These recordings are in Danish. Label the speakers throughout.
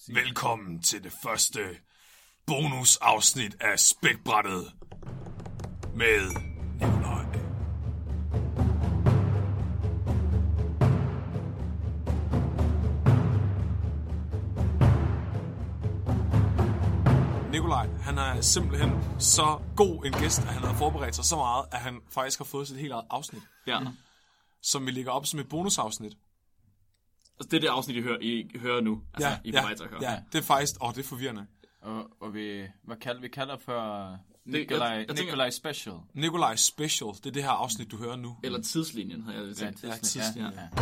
Speaker 1: Velkommen til det første bonusafsnit af Spækbrættet med Nikolaj. Nikolaj, han er simpelthen så god en gæst, at han har forberedt sig så meget, at han faktisk har fået sit helt eget afsnit.
Speaker 2: Ja.
Speaker 1: Som vi lægger op som et bonusafsnit.
Speaker 2: Altså, det er det afsnit, I hører nu. Altså,
Speaker 1: Ja,
Speaker 2: I er på vej til at høre.
Speaker 1: Ja, det er faktisk... det er forvirrende.
Speaker 3: Og vi kalder for
Speaker 2: Nikolaj
Speaker 3: Special.
Speaker 1: Nikolaj Special, det er det her afsnit, du hører nu.
Speaker 2: Eller tidslinjen, har jeg lidt sagt.
Speaker 1: Ja, tidslinjen.
Speaker 3: Ja.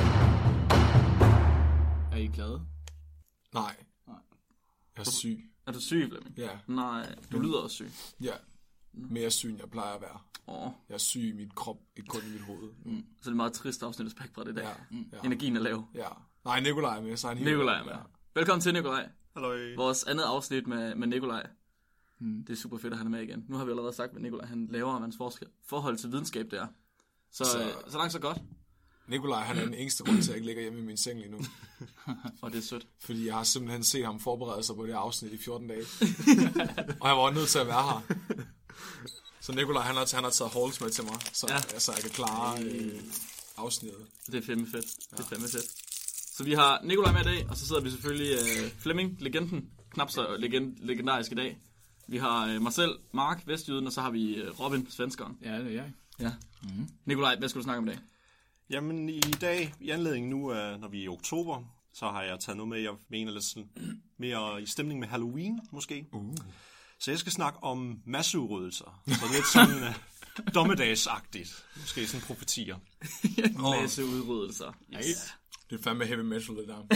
Speaker 3: Er I glade?
Speaker 1: Nej. Jeg er syg.
Speaker 2: Er du syg, Flemming?
Speaker 1: Ja.
Speaker 2: Nej, du lyder også syg.
Speaker 1: Ja. Mere syg, end jeg plejer at være. Jeg er syg i mit krop, ikke kun i mit hoved.
Speaker 2: Så det er meget trist afsnit af Spækbræt i dag.
Speaker 1: Ja.
Speaker 2: Energien er lav.
Speaker 1: Ja. Nej, Nikolaj er med, så er han
Speaker 2: Nikolaj er med. Velkommen til, Nikolaj.
Speaker 4: Halløj.
Speaker 2: Vores andet afsnit med Nikolaj. Det er super fedt, at han er med igen. Nu har vi allerede sagt, at Nikolaj han laver, om hans forhold til videnskab det er. Så langt så godt.
Speaker 1: Nikolaj, han er den eneste grund til, at jeg ikke ligger hjemme i min seng lige nu.
Speaker 2: Og det er sødt.
Speaker 1: Fordi jeg har simpelthen set ham forberede sig på det afsnit i 14 dage. Og jeg var nødt til at være her. Så Nikolaj, han har taget holds med til mig, så jeg kan klare afsnittet.
Speaker 2: Det er fandme fedt. Ja. Det er fandme fedt. Så vi har Nikolaj med i dag, og så sidder vi selvfølgelig Flemming, legenden, knap så legendarisk i dag. Vi har mig selv, Mark, Vestjyden, og så har vi Robin, svenskeren.
Speaker 3: Ja, det er jeg.
Speaker 2: Ja. Mm-hmm. Nikolaj, hvad skal du snakke om i dag?
Speaker 4: Jamen i dag, i anledning nu, når vi er i oktober, så har jeg taget noget med, jeg mener lidt sådan, mere i stemning med Halloween, måske. Så jeg skal snakke om masseudryddelser. Så lidt sådan dommedagsagtigt. Måske sådan profetier.
Speaker 2: Masseudryddelser. Yes.
Speaker 1: Det er fandme heavy metal, det der.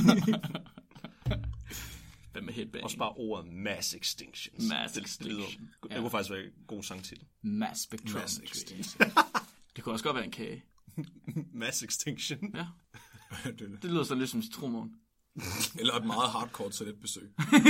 Speaker 2: Fandme headbang.
Speaker 4: Også bare ordet mass extinctions.
Speaker 2: Mass extinction.
Speaker 4: Det kunne faktisk være en god sangtitel.
Speaker 3: Mass spectrometry.
Speaker 2: Det kunne også godt være en kage.
Speaker 4: Mass extinction.
Speaker 2: Ja. Det lyder så lidt som citronmåne.
Speaker 1: Eller et meget hardcore toiletbesøg.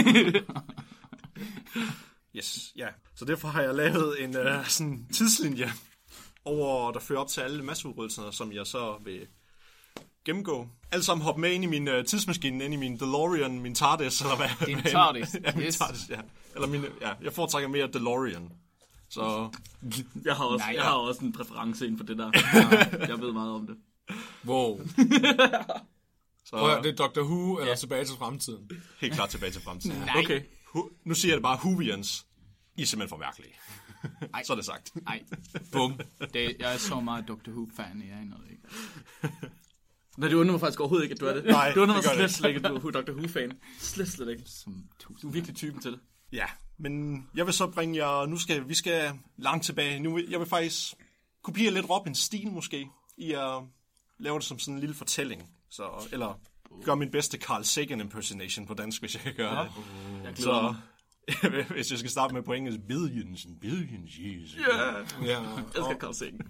Speaker 4: Yes, ja. Så derfor har jeg lavet en sådan tidslinje over, der fører op til alle masseudryddelserne, som jeg så vil gennemgå. Alle sammen hoppe med ind i min tidsmaskine, ind i min DeLorean, min TARDIS, eller hvad?
Speaker 3: Din TARDIS.
Speaker 4: Ja, min TARDIS, ja. Eller jeg foretrækker mere DeLorean. Så
Speaker 2: jeg har også en præference inden for det der. Jeg ved meget om det.
Speaker 1: Wow.
Speaker 4: Så
Speaker 1: det er Doctor Who eller Tilbage til fremtiden?
Speaker 4: Helt klart Tilbage til fremtiden.
Speaker 3: Nej.
Speaker 2: Okay.
Speaker 4: Nu siger jeg det bare, Whovians, I er simpelthen for mærkelige. Så er det sagt.
Speaker 3: Nej.
Speaker 1: Bum.
Speaker 3: Jeg er så meget Doctor Who-fan, jeg aner det ikke.
Speaker 2: Nej, det undrer mig faktisk overhovedet ikke, at du er det.
Speaker 4: Nej,
Speaker 2: det undrer mig
Speaker 4: det gør
Speaker 2: slet ikke, at du er Doctor Who-fan. Slet ikke. Du er virkelig typen til det.
Speaker 4: Ja, men jeg vil så bringe jer, vi skal langt tilbage. Jeg vil faktisk kopiere lidt Robins stil måske, i at lave det som sådan en lille fortælling. Eller gøre min bedste Carl Sagan impersonation på dansk, hvis jeg kan gøre det. Så hvis jeg skal starte med på engelsk, billions, years.
Speaker 2: Jeg skal Carl Sagan.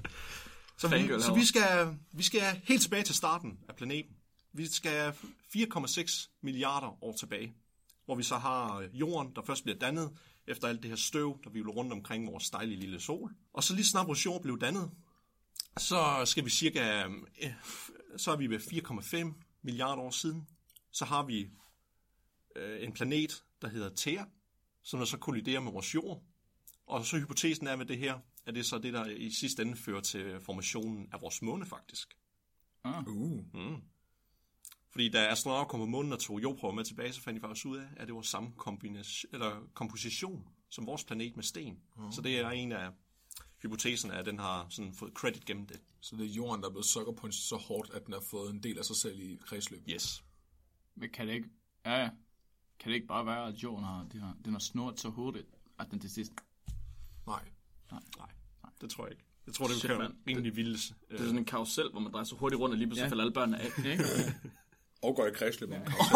Speaker 4: Så vi skal helt tilbage til starten af planeten. Vi skal 4,6 milliarder år tilbage, hvor vi så har jorden, der først bliver dannet efter alt det her støv, der vivler rundt omkring vores dejlige lille sol. Og så lige snart vores jord blev dannet, så skal vi så er vi ved 4,5 milliarder år siden. Så har vi en planet, der hedder Theia, som der så kolliderer med vores jord. Og så hypotesen er med det her, at det er så det, der i sidste ende fører til formationen af vores måne, faktisk. Fordi da astronauter kom på månen og tog jordprøver med tilbage, så fandt de faktisk ud af, at det var samme komposition som vores planet med sten. Så det er en af hypoteserne, at den har sådan fået credit gennem det.
Speaker 1: Så det er jorden, der er blevet sukkerpunchet så hårdt, at den har fået en del af sig selv i kredsløbet.
Speaker 4: Yes.
Speaker 3: Men kan det ikke... Ja. Kan det ikke bare være, at jorden den har snurret så hurtigt, at den til sidst...
Speaker 1: Nej.
Speaker 4: Det tror jeg ikke. Jeg tror, det kan være rimelig vildt.
Speaker 2: Det er sådan en karusel, hvor man drejer så hurtigt rundt, og lige pludselig falder alle børnene af.
Speaker 1: Og går i kredsløbet.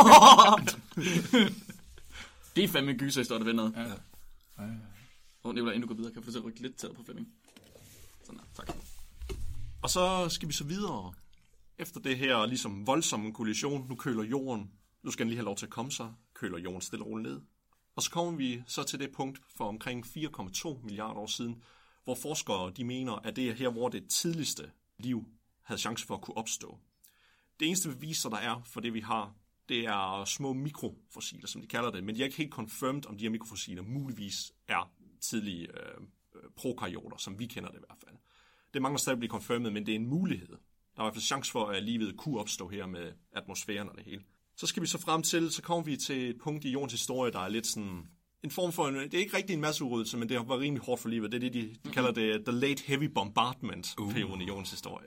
Speaker 2: Det er fandme en gyserhistorie, der ved noget.
Speaker 3: Ja.
Speaker 2: Nikolaj, inden du går videre, kan jeg få til at rykke lidt tættere på Flemming. Sådan der, tak.
Speaker 4: Og så skal vi så videre. Efter det her ligesom voldsomme kollision, nu køler jorden. Nu skal den lige have lov til at komme sig. Køler jorden stille og roligt ned. Og så kommer vi så til det punkt for omkring 4,2 milliarder år siden, hvor forskere de mener, at det er her, hvor det tidligste liv havde chance for at kunne opstå. Det eneste beviser, der er for det, vi har, det er små mikrofossiler, som de kalder det, men de er ikke helt confirmed, om de her mikrofossiler muligvis er tidlige prokaryoter, som vi kender det i hvert fald. Det mangler stadig at blive confirmed, men det er en mulighed. Der er i hvert fald chance for, at livet kunne opstå her med atmosfæren og det hele. Så skal vi så frem til, så kommer vi til et punkt i jordens historie, der er lidt sådan en form for, det er ikke rigtig en masseudryddelse, men det har været rimelig hårdt for livet. Det er det, de kalder det the late heavy bombardment perioden i jordens historie.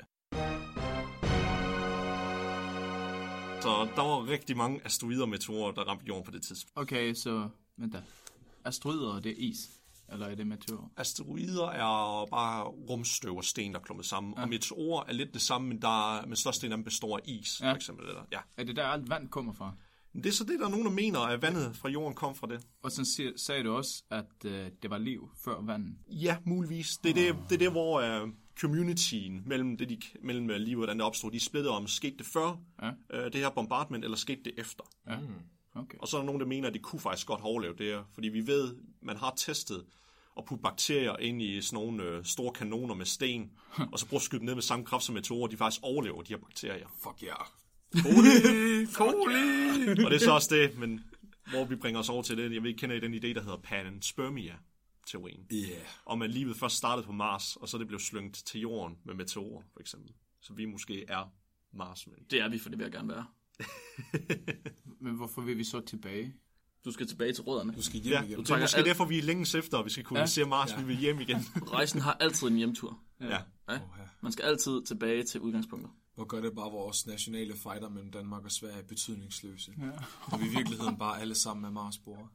Speaker 4: Så der var rigtig mange asteroider og meteorer, der ramte jorden på det tidspunkt.
Speaker 3: Okay, så vent da. Asteroider, det er is? Eller er det meteorer?
Speaker 4: Asteroider er bare rumstøv og sten, der er klumpet sammen. Ja. Og meteorer er lidt det samme, men størstedelen af dem består af is, for eksempel. Eller, ja.
Speaker 3: Er det der alt vand kommer fra?
Speaker 4: Det er så det, der er nogen, der mener, at vandet fra jorden kom fra det.
Speaker 3: Og så sagde du også, at det var liv før vandet.
Speaker 4: Ja, muligvis. Det er det, hvor communityen mellem liv og den der opstod, de splittede om, skete det før det her bombardment, eller skete det efter.
Speaker 3: Ja. Okay.
Speaker 4: Og så er der nogen, der mener, at det kunne faktisk godt overleve det her. Fordi vi ved, man har testet at putte bakterier ind i sådan nogle store kanoner med sten, og så bruge at skyde dem ned med samme kraft som meteorer, de faktisk overlever de her bakterier.
Speaker 1: Fuck ja.
Speaker 4: Koli! Og det er så også det, men hvor vi bringer os over til det, jeg ved ikke, kender I den idé, der hedder panspermia-teorien.
Speaker 1: Yeah.
Speaker 4: Om at livet først startede på Mars, og så det blev slynget til jorden med meteorer, for eksempel. Så vi måske er Mars. Men...
Speaker 2: Det er vi, for det vil jeg gerne være.
Speaker 3: Men hvorfor vil vi så tilbage?
Speaker 2: Du skal tilbage til rødderne.
Speaker 1: Du skal hjem igen.
Speaker 4: Det er måske derfor, vi er længes efter, og vi skal kunne se Mars, vi vil hjem igen.
Speaker 2: Rejsen har altid en hjemtur.
Speaker 4: Ja.
Speaker 2: Man skal altid tilbage til udgangspunktet.
Speaker 1: Hvor gør det bare vores nationale fighter mellem Danmark og Sverige betydningsløse. Ja. Og vi i virkeligheden bare alle sammen er Mars-brugere.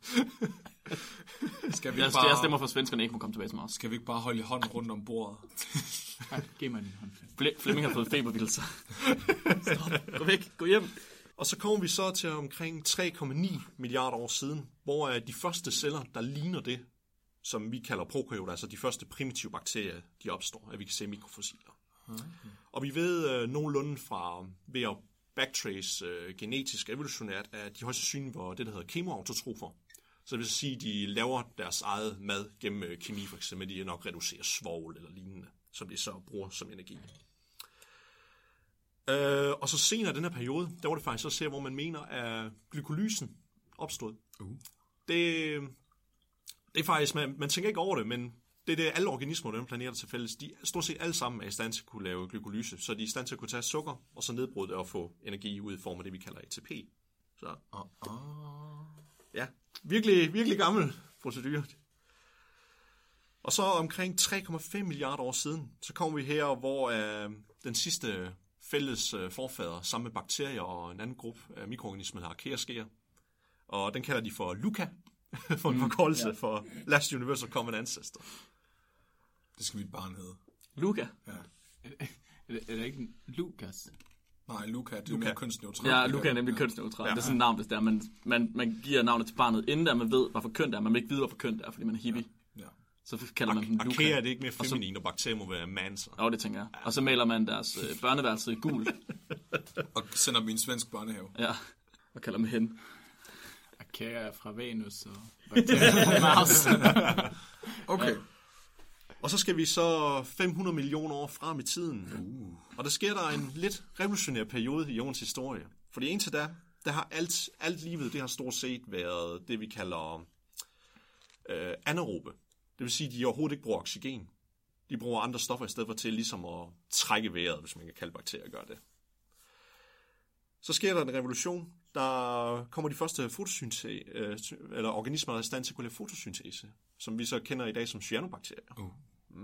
Speaker 2: Jeg stemmer for, at svenskerne ikke må komme tilbage til Mars.
Speaker 1: Skal vi ikke bare holde i hånden rundt om bordet?
Speaker 3: Giv mig din hånd.
Speaker 2: Flemming har fået febervildelser. Stop. Gå væk. Gå hjem.
Speaker 4: Og så kommer vi så til omkring 3,9 milliarder år siden, hvor de første celler, der ligner det, som vi kalder prokaryoter, altså de første primitive bakterier, de opstår, at vi kan se mikrofossiler. Okay. Og vi ved nogenlunde ved at backtrace genetisk evolutionært, at de højst sandsynligt var det, der hedder kemoautotrofer. Så det vil sige, at de laver deres eget mad gennem kemi, for eksempel. De nok reducerer svovl eller lignende, som de så bruger som energi. Og så senere i den her periode, der var det faktisk så hvor man mener, at glykolysen opstod. Det er faktisk, man tænker ikke over det, men det er det, alle organismer på den planet til fælles. De stort set alle sammen er i stand til at kunne lave glykolyse, så de er i stand til at kunne tage sukker, og så nedbryde det og få energi ud i form af det, vi kalder ATP. Så ja, virkelig, virkelig gammel procedure. Og så omkring 3,5 milliarder år siden, så kommer vi her, hvor den sidste fælles forfader sammen med bakterier og en anden gruppe af mikroorganismer, der har archaea, og den kalder de for LUCA, for en forkortelse for Last Universal Common Ancestor.
Speaker 1: Det skal mit barn hedde.
Speaker 2: Luca?
Speaker 1: Ja.
Speaker 3: Er det ikke Lukas?
Speaker 1: Nej, Luca, det er mere kønsneutralt.
Speaker 2: Ja, Luca er nemlig kønsneutralt. Ja. Det er sådan et navn, hvis det er. Man giver navnet til barnet, inden der man ved, hvorfor køn det er. Man vil ikke vide, hvorfor køn det er, fordi man er hippie. Ja. Så kalder man dem Luca.
Speaker 4: Archaea er det ikke mere feminin, og bakterier må være manser.
Speaker 2: Jo, det tænker jeg. Og så maler man deres børneværelse i gul.
Speaker 1: Og sender dem i en svensk børnehave.
Speaker 2: Ja, og kalder dem hen.
Speaker 3: Archaea er fra Venus og bakterier fra Mars.
Speaker 1: Okay.
Speaker 4: Ja. Og så skal vi så 500 millioner år frem i tiden. Og der sker der en lidt revolutionær periode i jordens historie. Fordi indtil da, der har alt livet, det har stort set været det, vi kalder anaerobe. Det vil sige, at de overhovedet ikke bruger oxygen. De bruger andre stoffer i stedet for til ligesom at trække vejret, hvis man kan kalde bakterier gøre det. Så sker der en revolution. Der kommer de første eller organismer, der er i stand til at kunne lave fotosyntese, som vi så kender i dag som cyanobakterier.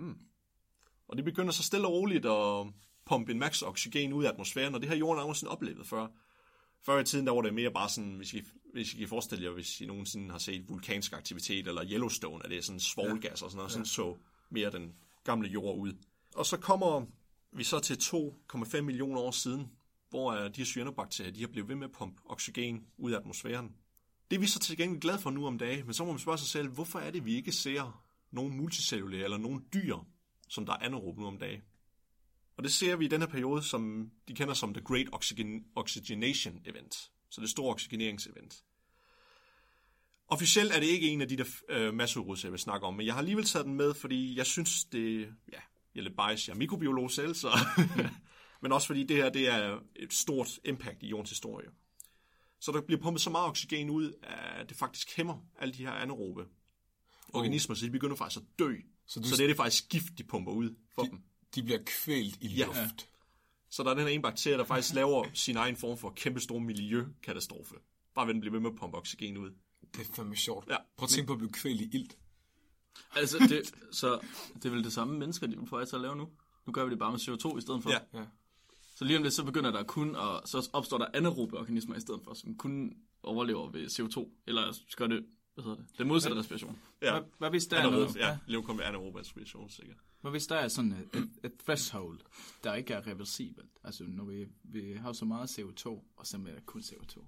Speaker 4: Og de begynder så stille og roligt at pumpe en max oxygen ud af atmosfæren, og det har jorden aldrig sådan oplevet før. Før i tiden, der var det mere bare sådan, hvis I kan forestille jer, hvis I nogensinde har set vulkansk aktivitet, eller Yellowstone, at det er sådan svovlgas og sådan noget, sådan så mere den gamle jord ud. Og så kommer vi så til 2,5 millioner år siden, hvor de her cyanobakterier, de har blevet ved med at pumpe oxygen ud af atmosfæren. Det er vi så til gengæld glade for nu om dagen, men så må man spørge sig selv, hvorfor er det, vi ikke ser nogen multicellulære eller nogen dyr, som der er anaerobe nu om dagen? Og det ser vi i den her periode, som de kender som The Great Oxygenation Event, så det store oxygeneringsevent. Officielt er det ikke en af de der masseudryddelser, jeg vil snakke om, men jeg har alligevel taget den med, fordi jeg synes, jeg er lidt biased, jeg er mikrobiolog selv, så... men også fordi det her det er et stort impact i jordens historie. Så der bliver pumpet så meget oxygen ud, at det faktisk hæmmer alle de her anaerobe organismer, så de begynder faktisk at dø. Så det er faktisk gift, de pumper ud for dem.
Speaker 1: De bliver kvælt i luft. Ja.
Speaker 4: Så der er den her ene bakterie, der faktisk laver sin egen form for kæmpestor miljøkatastrofe. Bare ved den bliver ved med at pumpe oxygen ud.
Speaker 1: Det er fandme sjovt. Ja. Prøv at tænke på at blive kvælt i ilt.
Speaker 2: Altså, det er vel det samme mennesker, de vil få til at lave nu? Nu gør vi det bare med CO2 i stedet for.
Speaker 4: Ja.
Speaker 2: Så lige om lidt, så begynder der kun, og så opstår der anaerobe organismer i stedet for, som kun overlever ved CO2. Eller gør det, det modsatte respiration.
Speaker 4: Ja.
Speaker 3: Hvad hvis der er noget?
Speaker 4: Ja, lever kun med anaerobe respiration, sikkert.
Speaker 3: Hvad hvis der er sådan et threshold, der ikke er reversibelt? Altså, når vi har så meget CO2, og så er det kun CO2.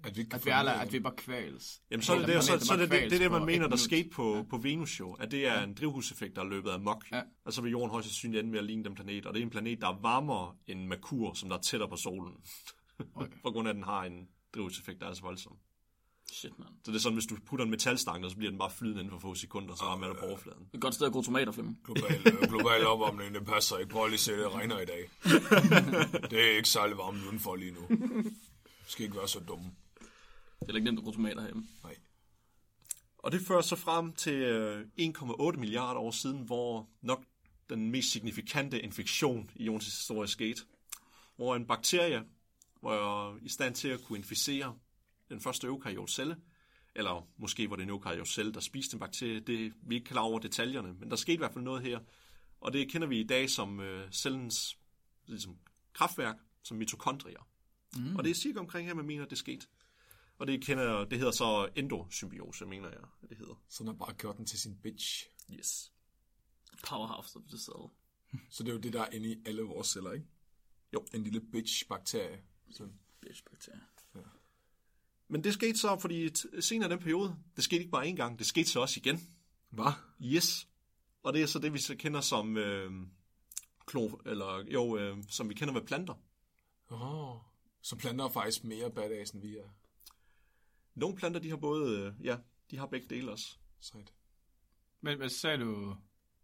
Speaker 3: At vi bare kvæles.
Speaker 4: Jamen, så er det, man mener, der skete på Venus jo. At det er en drivhuseffekt, der er løbet amok. Ja. Og så vil jorden højst sandsynligt ende med at ligne den planet. Og det er en planet, der er varmere end Merkur, som der er tættere på solen. Okay. På grund af, at den har en drivhuseffekt, der er så voldsom.
Speaker 2: Shit, man.
Speaker 4: Så det er sådan, hvis du putter en metalstang, og så bliver den bare flydende inden for få sekunder, så rammer det på overfladen.
Speaker 2: Et godt sted at gå tomater, Flemming.
Speaker 1: Global opvarmning, det passer ikke. Prøv lige at se, det regner i dag. Det er ikke særlig varmt udenfor lige nu. Skal ikke være så dumme.
Speaker 2: Det er ikke nemt at gå tomater hjemme.
Speaker 1: Nej.
Speaker 4: Og det fører så frem til 1,8 milliarder år siden, hvor nok den mest signifikante infektion i jordens historie skete. Hvor en bakterie var i stand til at kunne inficere den første eukaryotcelle, eller måske var det en eukaryotcelle, der spiste en bakterie. Det vi ikke klar over detaljerne, men der skete i hvert fald noget her. Og det kender vi i dag som cellens ligesom, kraftværk, som mitokondrier. Og det er cirka omkring her, man mener, det skete. Og det hedder så endosymbiose, mener jeg, at det hedder.
Speaker 1: Så den har bare gjort den til sin bitch.
Speaker 4: Yes.
Speaker 2: Powerhouse of the cell.
Speaker 1: Så det er jo det, der er inde i alle vores celler, ikke?
Speaker 4: Jo.
Speaker 1: En lille bitch-bakterie.
Speaker 2: Bitch-bakterie.
Speaker 1: Ja.
Speaker 4: Men det skete så, fordi senere i den periode, det skete ikke bare én gang, det skete så også igen.
Speaker 1: Hvad?
Speaker 4: Yes. Og det er så det, vi så kender som som vi kender ved planter.
Speaker 1: Så planter er faktisk mere badass, end vi er.
Speaker 4: Nogle planter, de har både, de har begge dele også.
Speaker 1: Sejt.
Speaker 3: Men hvad sagde du?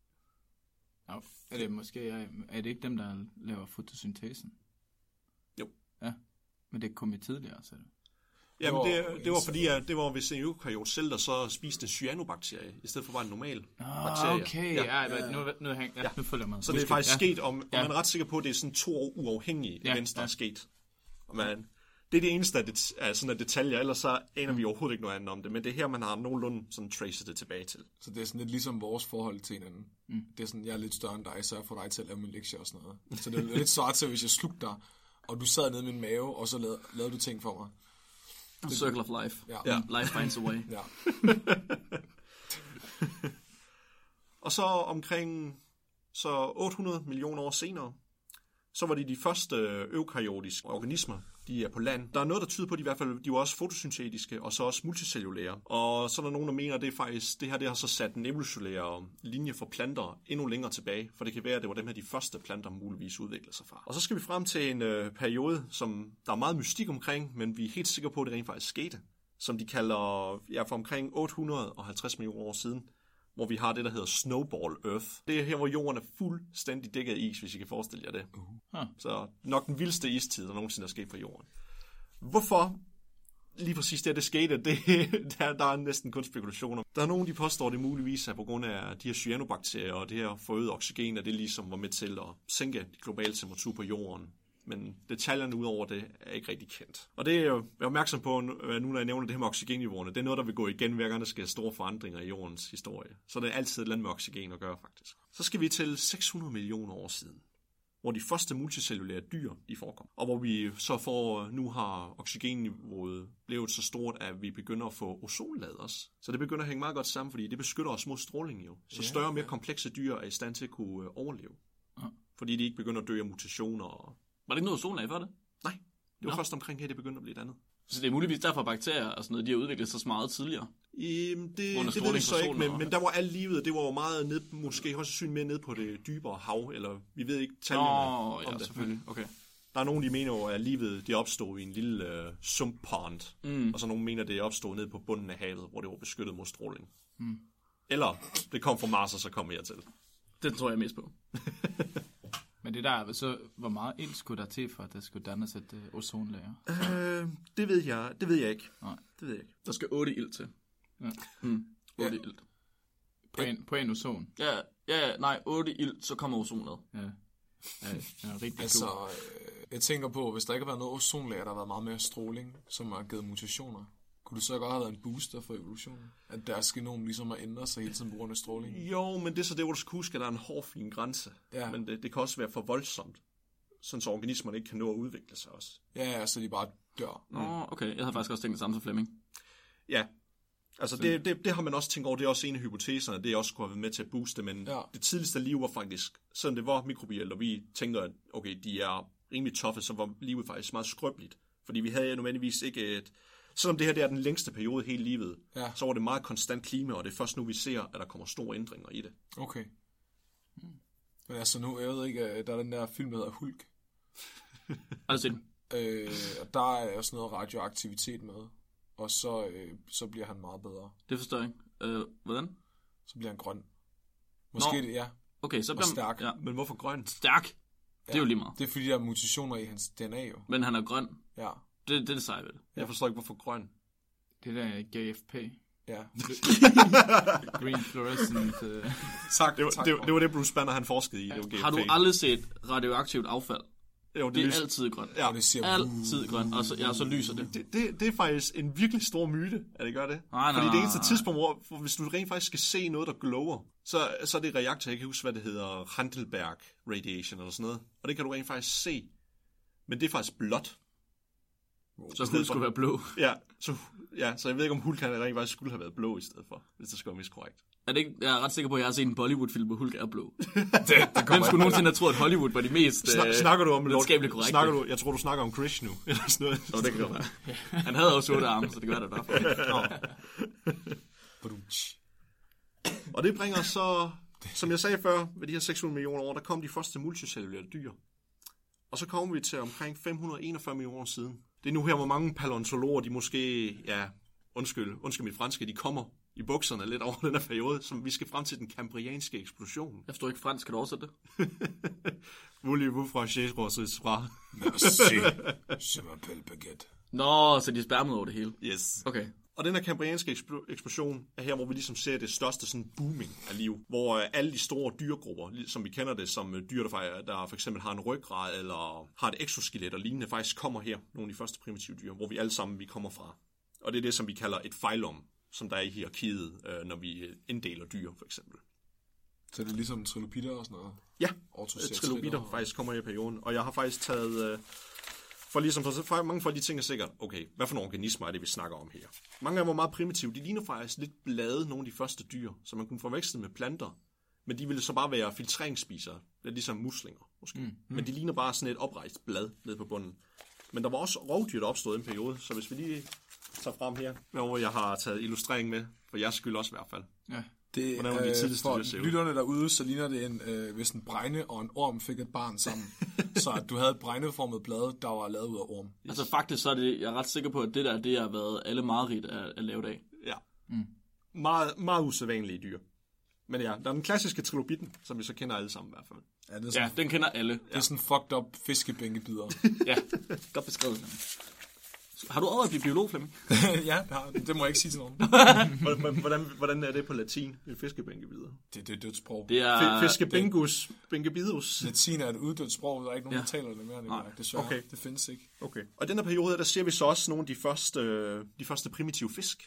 Speaker 3: Er det ikke dem, der laver fotosyntesen?
Speaker 4: Jo.
Speaker 3: Ja, men det kom tidligere, sagde du?
Speaker 4: Jamen, det var fordi, at det var hvis en eukaryotcelle, der så spiste en cyanobakterie, i stedet for bare en normal bakterie.
Speaker 3: Okay, nu følger man.
Speaker 4: Så det er faktisk sket, og man er ret sikker på, at det er sådan 2 år uafhængige events, der er sket. Og det er det eneste af sådan detaljer, ellers så aner vi overhovedet ikke noget andet om det, men det er her, man har nogenlunde sådan tracet det tilbage til.
Speaker 1: Så det er sådan lidt ligesom vores forhold til hinanden. Det er sådan, jeg er lidt større end dig, så jeg får dig til at lave min lektie og sådan noget. Så det er lidt svært til, hvis jeg slugte dig, og du sad nede i min mave, og så lavede du ting for mig.
Speaker 2: Circle of life.
Speaker 1: Ja.
Speaker 2: Life finds a way.
Speaker 1: Ja.
Speaker 4: Og så omkring 800 millioner år senere, så var de første eukaryotiske organismer, de er på land. Der er noget, der tyder på, at de var også fotosyntetiske, og så også multicellulære. Og så er der nogen, der mener, at det er faktisk, det har så sat en evolutionære linje for planter endnu længere tilbage, for det kan være, at det var dem her, de første planter muligvis udviklede sig fra. Og så skal vi frem til en periode, som der er meget mystik omkring, men vi er helt sikre på, at det rent faktisk skete, som de kalder for omkring 850 millioner år siden, hvor vi har det, der hedder Snowball Earth. Det er her, hvor jorden er fuldstændig dækket af is, hvis I kan forestille jer det. Så nok den vildeste istid, der nogensinde er sket på jorden. Hvorfor lige præcis det skete, der er næsten kun spekulationer. Der er nogen, de påstår, det muligvis er på grund af de her cyanobakterier og det her forøget oxygen, at det ligesom var med til at sænke de globale temperatur på jorden. Men detaljerne ud over det er ikke rigtig kendt. Og det er jeg opmærksom på, nu når jeg nævner det her med oxygenniveauerne. Det er noget, der vil gå igen, hver gang der sker store forandringer i jordens historie. Så det er altid et eller andet med oxygen at gøre, faktisk. Så skal vi til 600 millioner år siden, hvor de første multicellulære dyr, de forekom. Og hvor vi så nu har oxygenniveauet blevet så stort, at vi begynder at få ozonlaget også. Så det begynder at hænge meget godt sammen, fordi det beskytter os mod stråling jo. Så større og mere komplekse dyr er i stand til at kunne overleve. Fordi de ikke begynder at dø af mutationer og...
Speaker 2: Var det ikke noget ozonlag for det?
Speaker 4: Nej, det var først omkring her, det begyndte at blive dannet.
Speaker 2: Så det er muligvis derfor bakterier og sådan noget, de har udviklet sig så meget tidligere?
Speaker 4: Det ved jeg så ikke, men der var alt livet, det var jo meget ned, måske også sandsynligt mere ned på det dybere hav, eller vi ved ikke tallene om det.
Speaker 2: Selvfølgelig. Okay.
Speaker 4: Der er nogen, de mener jo, at livet det opstod i en lille sumppond, og så nogen mener, det opstod ned på bunden af havet, hvor det var beskyttet mod stråling. Eller det kom fra Mars, og så kom hertil.
Speaker 2: Det tror jeg mest på.
Speaker 3: Men det der, så hvor meget ild skulle der til, for at der skulle dannes et ozonlager?
Speaker 4: Det ved jeg ikke.
Speaker 3: Nej.
Speaker 4: Det ved jeg ikke.
Speaker 2: Der skal 8 ild til.
Speaker 3: Ja.
Speaker 2: 8 ild.
Speaker 3: På en ozon?
Speaker 2: Ja, nej, 8 ild, så kommer ozonet.
Speaker 3: Ja, rigtig
Speaker 1: altså, jeg tænker på, hvis der ikke har været noget ozonlager, der har været meget mere stråling, som har givet mutationer, kunne det så godt have været en booster for evolutionen? At deres genom ligesom har ændret sig hele tiden på grund af stråling?
Speaker 4: Jo, men det er så det, hvor du skal huske, at der er en hårfin grænse. Ja. Men det kan også være for voldsomt, sådan så organismerne ikke kan nå at udvikle sig også.
Speaker 1: Ja, så de bare dør.
Speaker 2: Okay. Jeg havde faktisk også tænkt det samme som Flemming.
Speaker 4: Ja, altså det har man også tænkt over. Det er også en af hypoteserne, det er også kunne have været med til at booste, men det tidligste liv var faktisk, selvom det var mikrobielt, og vi tænker, at okay, de er rimelig toffe, så var livet faktisk meget skrøbeligt. Fordi vi havde nødvendigvis ikke et... Selvom det her det er den længste periode hele livet, så var det meget konstant klima, og det er først nu, vi ser, at der kommer store ændringer i det.
Speaker 1: Okay. Men altså nu, jeg ved ikke, der er den der film, der hedder Hulk.
Speaker 2: Altså
Speaker 1: og der er også noget radioaktivitet med, og så bliver han meget bedre.
Speaker 2: Det forstår jeg ikke. Hvordan?
Speaker 1: Så bliver han grøn. Måske det, ja.
Speaker 2: Okay, så bliver han
Speaker 1: stærk.
Speaker 2: Ja.
Speaker 4: Men hvorfor grøn?
Speaker 2: Stærk? Det er jo lige meget.
Speaker 1: Det er fordi, der er mutationer i hans DNA jo.
Speaker 2: Men han er grøn.
Speaker 1: Ja.
Speaker 2: Det er det seje ved det.
Speaker 4: Jeg forstår ikke, hvorfor grøn.
Speaker 3: Det der er GFP.
Speaker 1: Ja.
Speaker 3: Green fluorescent.
Speaker 4: Tak, det var det, Bruce Banner han forskede i. Det var GFP.
Speaker 2: Har du aldrig set radioaktivt affald?
Speaker 4: Jo,
Speaker 2: det er altid grønt.
Speaker 4: Ja.
Speaker 1: Det siger
Speaker 2: altid grønt, og så lyser det.
Speaker 4: Det er faktisk en virkelig stor myte, at det gør det.
Speaker 2: Nej.
Speaker 4: Fordi det eneste tidspunkt, hvor hvis du rent faktisk skal se noget, der glower, så er det reaktor, jeg kan huske, hvad det hedder, Heidelberg Radiation eller sådan noget. Og det kan du rent faktisk se. Men det er faktisk blåt.
Speaker 2: Så Hulk skulle være blå.
Speaker 4: Så jeg ved ikke, om Hulk rent faktisk skulle have været blå i stedet for, hvis det skulle være miskorrekt.
Speaker 2: Er det ikke, jeg er ret sikker på, at jeg har set en Bollywood-film, hvor Hulk er blå. Hvem skulle nogensinde have troet, at Hollywood var de mest
Speaker 4: snakker du om
Speaker 2: videnskabeligt korrekte?
Speaker 4: Jeg tror, du snakker om Krish nu. Eller sådan noget.
Speaker 2: Det kan godt være. Han havde også 8 arme, så det gør det derfor.
Speaker 4: Og det bringer så, som jeg sagde før, ved de her 600 millioner år, der kom de første multicellulære dyr. Og så kommer vi til omkring 541 millioner år siden. Det er nu her, hvor mange paleontologer, de måske, undskyld mit franske, de kommer i bukserne lidt over den her periode, som vi skal frem til den kambrianske eksplosion.
Speaker 2: Jeg forstår ikke fransk, kan du oversætte det?
Speaker 4: Voulez-vous franchir votre fra?
Speaker 1: Merci, je m'appelle baguette.
Speaker 2: Nå, så de er spærmet over det hele.
Speaker 4: Yes.
Speaker 2: Okay.
Speaker 4: Og den her kambrianske eksplosion er her, hvor vi ligesom ser det største sådan booming af liv, hvor alle de store dyregrupper, som vi kender det som dyr, der for eksempel har en ryggrad eller har et exoskelet og lignende, faktisk kommer her, nogle af de første primitive dyr, hvor vi alle sammen vi kommer fra. Og det er det, som vi kalder et phylum, som der er i hierarkiet, når vi inddeler dyr, for eksempel.
Speaker 1: Så det er ligesom trilobitter og sådan noget?
Speaker 4: Ja, trilobitter faktisk kommer i perioden. Og jeg har faktisk taget... For mange folk de tænker sikkert, okay, hvad for nogle organismer er det, vi snakker om her? Mange af dem er meget primitive. De ligner faktisk lidt blade, nogle af de første dyr, som man kunne forveksle med planter. Men de ville så bare være filtreringsspisere. Lidt ligesom muslinger, måske. Men de ligner bare sådan et oprejst blad nede på bunden. Men der var også rovdyr, der opstod i en periode. Så hvis vi lige tager frem her, hvor jeg har taget illustrering med, for jeres skyld også i hvert fald.
Speaker 3: Ja.
Speaker 1: Det for lytterne derude, så ligner det hvis en bregne og en orm fik et barn sammen. Så at du havde et bregneformet blad, der var lavet ud af orm.
Speaker 2: Altså faktisk så er det, jeg er ret sikker på, at det har været alle mareridt at lave af.
Speaker 4: Ja. Meget, meget usædvanlige dyr. Men ja, der er den klassiske trilobitten, som vi så kender alle sammen i hvert fald.
Speaker 2: Ja, den kender alle.
Speaker 1: Det er sådan fucked up fiskebænkebider.
Speaker 2: Ja, godt beskrevet. Har du overvejet at blive biolog, Flemming?
Speaker 1: Ja, det må jeg ikke sige til nogen.
Speaker 4: Hvordan er det på latin? En fiskebænkebider.
Speaker 1: Det er dødssprog.
Speaker 2: Det er
Speaker 4: fiskebænkus, bænkebidus.
Speaker 1: Latin er et uddødt sprog, der er ikke nogen, der taler det mere. Nej, desværre. Okay. Det findes ikke.
Speaker 4: Okay. Og i den her periode, der ser vi så også nogle af de første primitive fisk.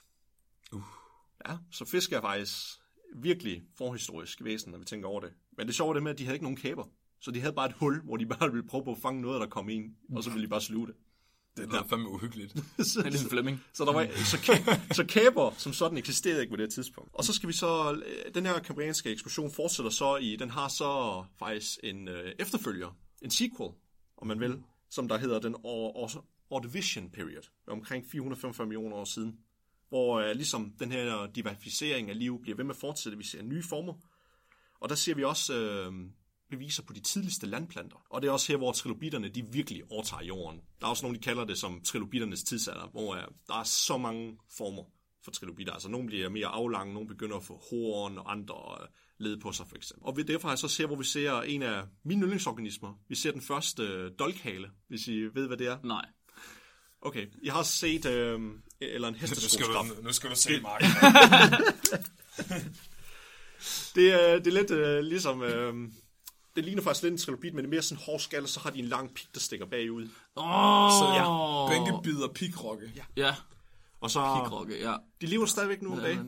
Speaker 4: Ja, så fisk er faktisk virkelig forhistorisk væsen, når vi tænker over det. Men det sjove er med, at de havde ikke nogen kæber. Så de havde bare et hul, hvor de bare ville prøve på at fange noget, der kom ind, og så ville de bare sluge det.
Speaker 1: Det er fandme uhyggeligt.
Speaker 2: Det er ligesom Flemming.
Speaker 4: Så der var så kæber som sådan eksisterede ikke på det her tidspunkt. Og så skal vi så den her kambrianske eksplosion fortsætter så den har så faktisk en efterfølger, en sequel, om man vil, som der hedder den Ordovician period, omkring 445 millioner år siden, hvor ligesom den her diversificering af liv bliver ved med at fortsætte. Vi ser nye former. Og der ser vi også beviser på de tidligste landplanter. Og det er også her, hvor trilobitterne de virkelig overtager jorden. Der er også nogen, de kalder det som trilobitternes tidsalder, hvor der er så mange former for trilobitter. Altså nogle bliver mere aflange, nogle begynder at få horn og andre led på sig for eksempel. Og derfor har jeg så ser, hvor vi ser en af mine yndlingsorganismer. Vi ser den første dolkhale, hvis I ved, hvad det er.
Speaker 2: Nej.
Speaker 4: Okay, jeg har set eller en hesteskostrap.
Speaker 1: Nu skal du se Mark.
Speaker 4: Det er lidt ligesom... det ligner faktisk lidt en trilobit, men det er mere sådan en hård skal, og så har de en lang pik, der stikker bagud.
Speaker 1: Så ja, bænkebider pikrocke.
Speaker 2: Ja.
Speaker 4: Og så...
Speaker 2: Pikrocke, ja.
Speaker 4: De lever stadigvæk nu om dagen.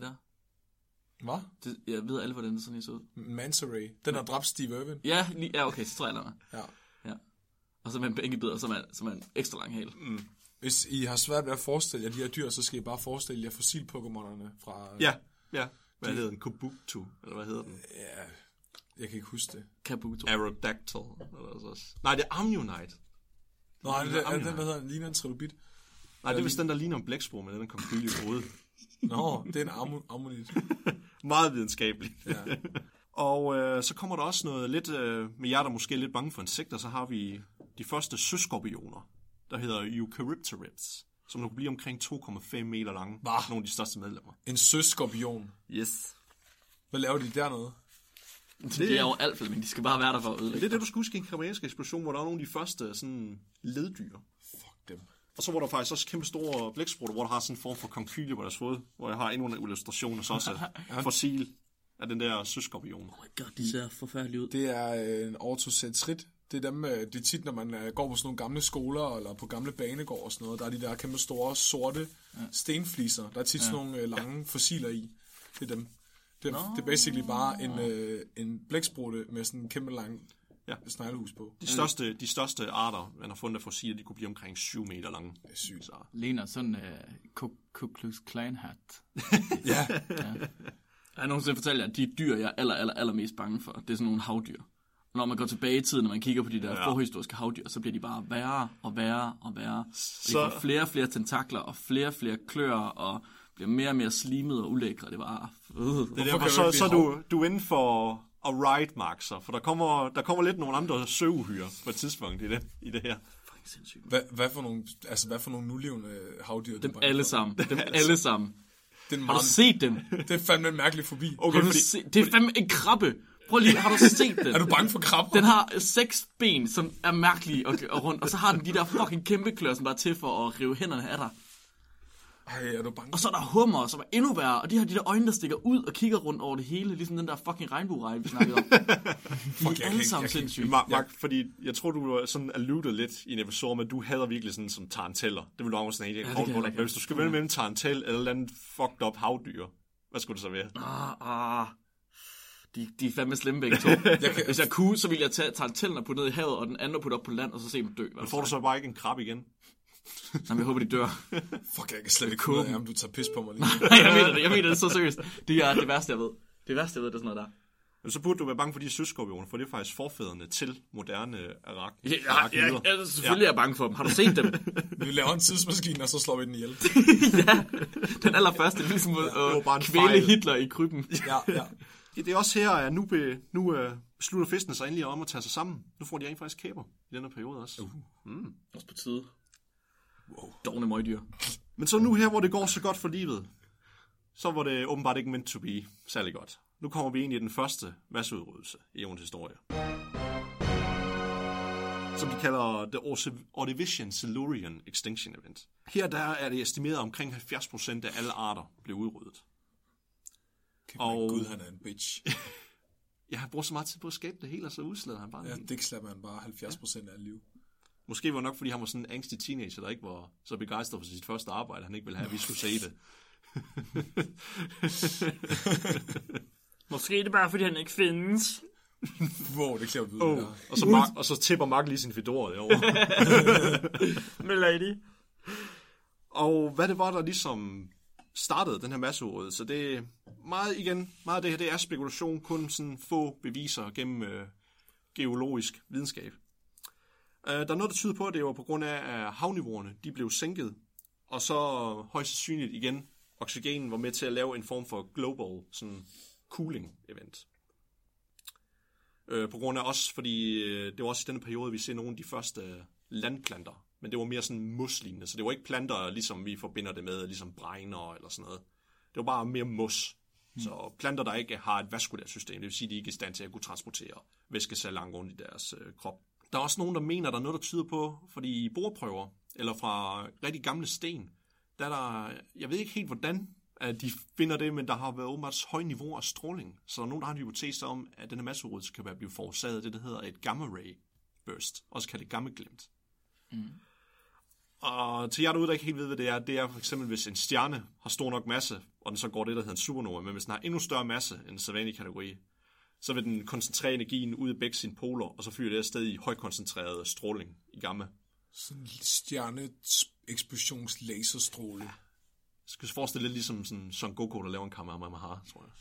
Speaker 1: Hvad?
Speaker 2: Jeg ved alle, hvordan det sådan ser ud.
Speaker 1: Manta Ray. Den har dræbt Steve Irwin.
Speaker 2: Ja, okay, så tror jeg,
Speaker 1: ja.
Speaker 2: Og så med en bænkebider, som er en ekstra lang hale.
Speaker 1: Hvis I har svært ved at forestille jer de her dyr, så skal I bare forestille jer fossil-pokémonerne fra...
Speaker 4: Ja. Hvad hedder den? Kobuktu? Eller hvad hedder den?
Speaker 1: Ja, jeg kan ikke huske det.
Speaker 2: Kabuto.
Speaker 4: Aerodactyl. Nej, det er Ammonite.
Speaker 1: Nej, det er den, der hedder ligner en trilobit.
Speaker 4: Nej, det er vist den, der ligner en blæksprog, men den kom kylig i hovedet.
Speaker 1: Nå, det er en ammonit.
Speaker 4: Meget videnskabeligt.
Speaker 1: Ja.
Speaker 4: Og så kommer der også noget lidt, med jer, der måske er lidt bange for insekter, så har vi de første søskorpioner, der hedder Eucalypterids, som nu kan blive omkring 2,5 meter lange. Nogle af de største medlemmer.
Speaker 1: En søskorpion?
Speaker 4: Yes.
Speaker 1: Hvad laver de dernede?
Speaker 2: Det er jo alt, men de skal bare være der for at ødelægge.
Speaker 4: Det er det, du skal huske i en kameriansk eksplosion, hvor der er nogle af de første sådan, leddyr.
Speaker 1: Fuck dem.
Speaker 4: Og så var der faktisk også kæmpe store blæksprutter, hvor der har sådan en form for konkylie på deres fod, hvor jeg har endnu en illustration, og så også fossil af den der søskorpion.
Speaker 2: Oh my god, de ser forfærdeligt ud.
Speaker 1: Det er en ortocentrit. Det er dem, det er tit, når man går på sådan nogle gamle skoler, eller på gamle banegård og sådan noget, der er de der kæmpe store, sorte stenfliser. Der er tit sådan nogle lange fossiler i. Det er dem. Det er basically bare en blæksprutte med sådan en kæmpe lang sneglehus på.
Speaker 4: De største arter, man har fundet af fossiler, de kunne blive omkring 7 meter lange.
Speaker 1: Det er sygt. Så.
Speaker 3: Ligner sådan Ku Klux Klan hat.
Speaker 1: Ja.
Speaker 2: Jeg har nogensinde fortalt jer, at de dyr, jeg er allermest bange for, det er sådan nogle havdyr. Når man går tilbage i tiden, når man kigger på de der forhistoriske havdyr, så bliver de bare værre og værre og værre. De får flere og flere tentakler og flere klør og bliver mere og mere slimet og ulækre. Det var...
Speaker 4: Det er derfor, så du er inden for at ride, Mark, så. For der kommer lidt nogle andre søuhyre på et tidspunkt i det her.
Speaker 1: Hvad for nogle nulevende havdyr?
Speaker 2: Dem alle sammen. Har du set dem?
Speaker 1: Det er fandme en mærkelig forbi.
Speaker 2: Okay, det er fandme en krabbe. Prøv lige, har du set den?
Speaker 1: Er du bange for krabber?
Speaker 2: Den har 6 ben, som er mærkelige og rundt, og så har den de der fucking kæmpe klør, som bare er til for at rive hænderne af dig.
Speaker 1: Ej, er du bange?
Speaker 2: Og så er der hummer, som er endnu værre, og de har de der øjne, der stikker ud og kigger rundt over det hele, ligesom den der fucking regnbuereje, vi snakkede om. De er alle sammen sindssygt.
Speaker 4: Mark, fordi jeg tror, du var sådan alluded lidt i en episode, men du hader virkelig sådan som taranteller. Det vil du også sådan en hvis du skal vælge mellem tarantel eller et andet fucked up havdyr, hvad skulle det så være?
Speaker 2: De er fandme slemme begge to. Hvis jeg kunne, så ville jeg tage tarantellen og putte ned i havet, og den anden putte op på land, og så se dem dø.
Speaker 4: Men får du så bare ikke en krab igen?
Speaker 2: Jamen, jeg håber, de dør.
Speaker 1: Fuck, jeg kan slet ikke komme ud af, om du tager pis på mig lige.
Speaker 2: Nej, jeg mener det så seriøst. Det er det værste, jeg ved. Det værste, jeg ved, det er sådan noget der.
Speaker 4: Men så burde du være bange for de søskorpioner, for det er faktisk forfædrene til moderne
Speaker 2: Ja, selvfølgelig er jeg bange for dem. Har du set dem?
Speaker 1: Vi laver en tidsmaskine, og så slår vi den ihjel.
Speaker 2: Ja, den allerførste, ligesom at kvæle Hitler i krybben.
Speaker 1: Ja.
Speaker 4: Det er også her, at nu beslutter fiskene sig endelig om at tage sig sammen. Nu får de rent faktisk kæber i denne periode også.
Speaker 2: Også på tide. Wow. Dårlige møgdyr.
Speaker 4: Men så nu her, hvor det går så godt for livet, så var det åbenbart ikke meant to be særlig godt. Nu kommer vi ind i den første masseudryddelse i jordens historie. Som de kalder The Ordovician Silurian Extinction Event. Her der er det estimeret omkring 70% af alle arter blev udryddet.
Speaker 1: Og Gud, han er en bitch.
Speaker 4: Jeg har brugt så meget tid på at skabe det hele, og så udslader han bare.
Speaker 1: Ja, det slapper han bare 70% af liv.
Speaker 4: Måske var det nok, fordi han var sådan en angstig teenager, der ikke var så begejstret for sit første arbejde, han ikke ville have, at vi skulle se det.
Speaker 2: Måske er det bare, fordi han ikke findes.
Speaker 1: Wow, det klæder ud.
Speaker 4: Og så tipper Mark lige sin fedora derovre.
Speaker 2: Milady.
Speaker 4: Og hvad det var, der ligesom startede den her masseudryddelse, så det er meget af det her, det er spekulation, kun sådan få beviser gennem geologisk videnskab. Der er noget, der tyder på, at det var på grund af, at havniveauerne de blev sænket, og så højst sandsynligt igen, oxygenen var med til at lave en form for global sådan, cooling event. På grund af også, fordi det var også i denne periode, vi ser nogle af de første landplanter, men det var mere sådan muslignende, så det var ikke planter, ligesom vi forbinder det med, ligesom bregner eller sådan noget. var bare mere mos. Så planter, der ikke har et vaskulært system, det vil sige, at de ikke er i stand til at kunne transportere væske så langt rundt i deres krop. Der er også nogen, der mener, at der er noget, der tyder på, fordi i borprøver, eller fra rigtig gamle sten, der er der, jeg ved ikke helt, hvordan at de finder det, men der har været åbenbart høje niveauer af stråling. Så der er nogen, der har en hypotese om, at denne masseudryddelse kan være blive forårsaget af det, der hedder et gamma-ray burst, også kaldet gamma-glimt. Og til jer derude, der ikke helt ved, hvad det er for eksempel, hvis en stjerne har stor nok masse, og den så går det, der hedder en supernova, men hvis den har endnu større masse end en sædvanlig kategori, så vil den koncentrere energien ud af begge sine poler, og så flyver det afsted i højkoncentreret stråling i gamma. Sådan
Speaker 1: en stjerneeksplosionslaserstråle. Ja.
Speaker 4: Jeg skal forestille lidt ligesom sådan Son Goku, der laver en Kamehameha, tror jeg.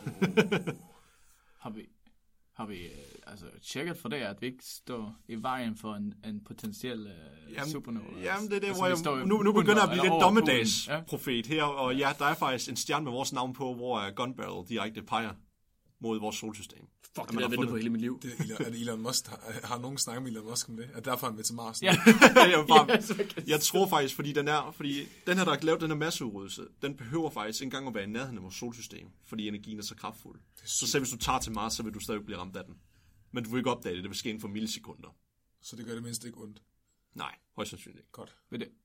Speaker 3: Har vi altså tjekket for det, at vi ikke står i vejen for en potentiel supernova?
Speaker 4: Jamen, det er det, altså, hvor jeg nu begynder at blive lidt dommedagsprofet her, og ja, der er faktisk en stjerne med vores navn på, hvor Gunbarrel direkte peger mod vores solsystem.
Speaker 2: Fuck, det har ventet på hele mit liv.
Speaker 1: Er det Elon Musk? Har nogen snakket med Elon Musk om det? Er derfor han med til Mars?
Speaker 4: Ja. Jeg tror faktisk, fordi den her, der har lavet den her masseudryddelse, den behøver faktisk ikke engang at være i nærheden af vores solsystem, fordi energien er så kraftfuld. Så selv hvis du tager til Mars, så vil du stadig blive ramt af den. Men du vil ikke opdage det vil ske inden for millisekunder.
Speaker 1: Så det gør det mindst ikke ondt?
Speaker 4: Nej, højst sandsynligt ikke.
Speaker 1: Godt.
Speaker 3: Ved det?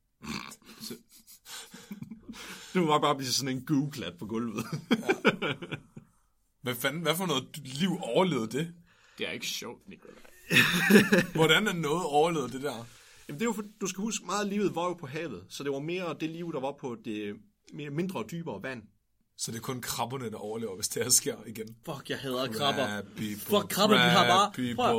Speaker 4: Du må bare blive sådan en goo-klat på gulvet. Ja.
Speaker 1: Hvad for noget liv overlevede det?
Speaker 3: Det er ikke sjovt, Nikolaj.
Speaker 1: Hvordan er noget overlevet det der?
Speaker 4: Jamen det er jo, du skal huske, meget af livet var jo på havet, så det var mere det liv, der var på det mindre og dybere vand.
Speaker 1: Så det er kun krabberne, der overlever, hvis det her sker igen?
Speaker 2: Fuck, jeg hader krabber. Fuck, krabber, de har bare...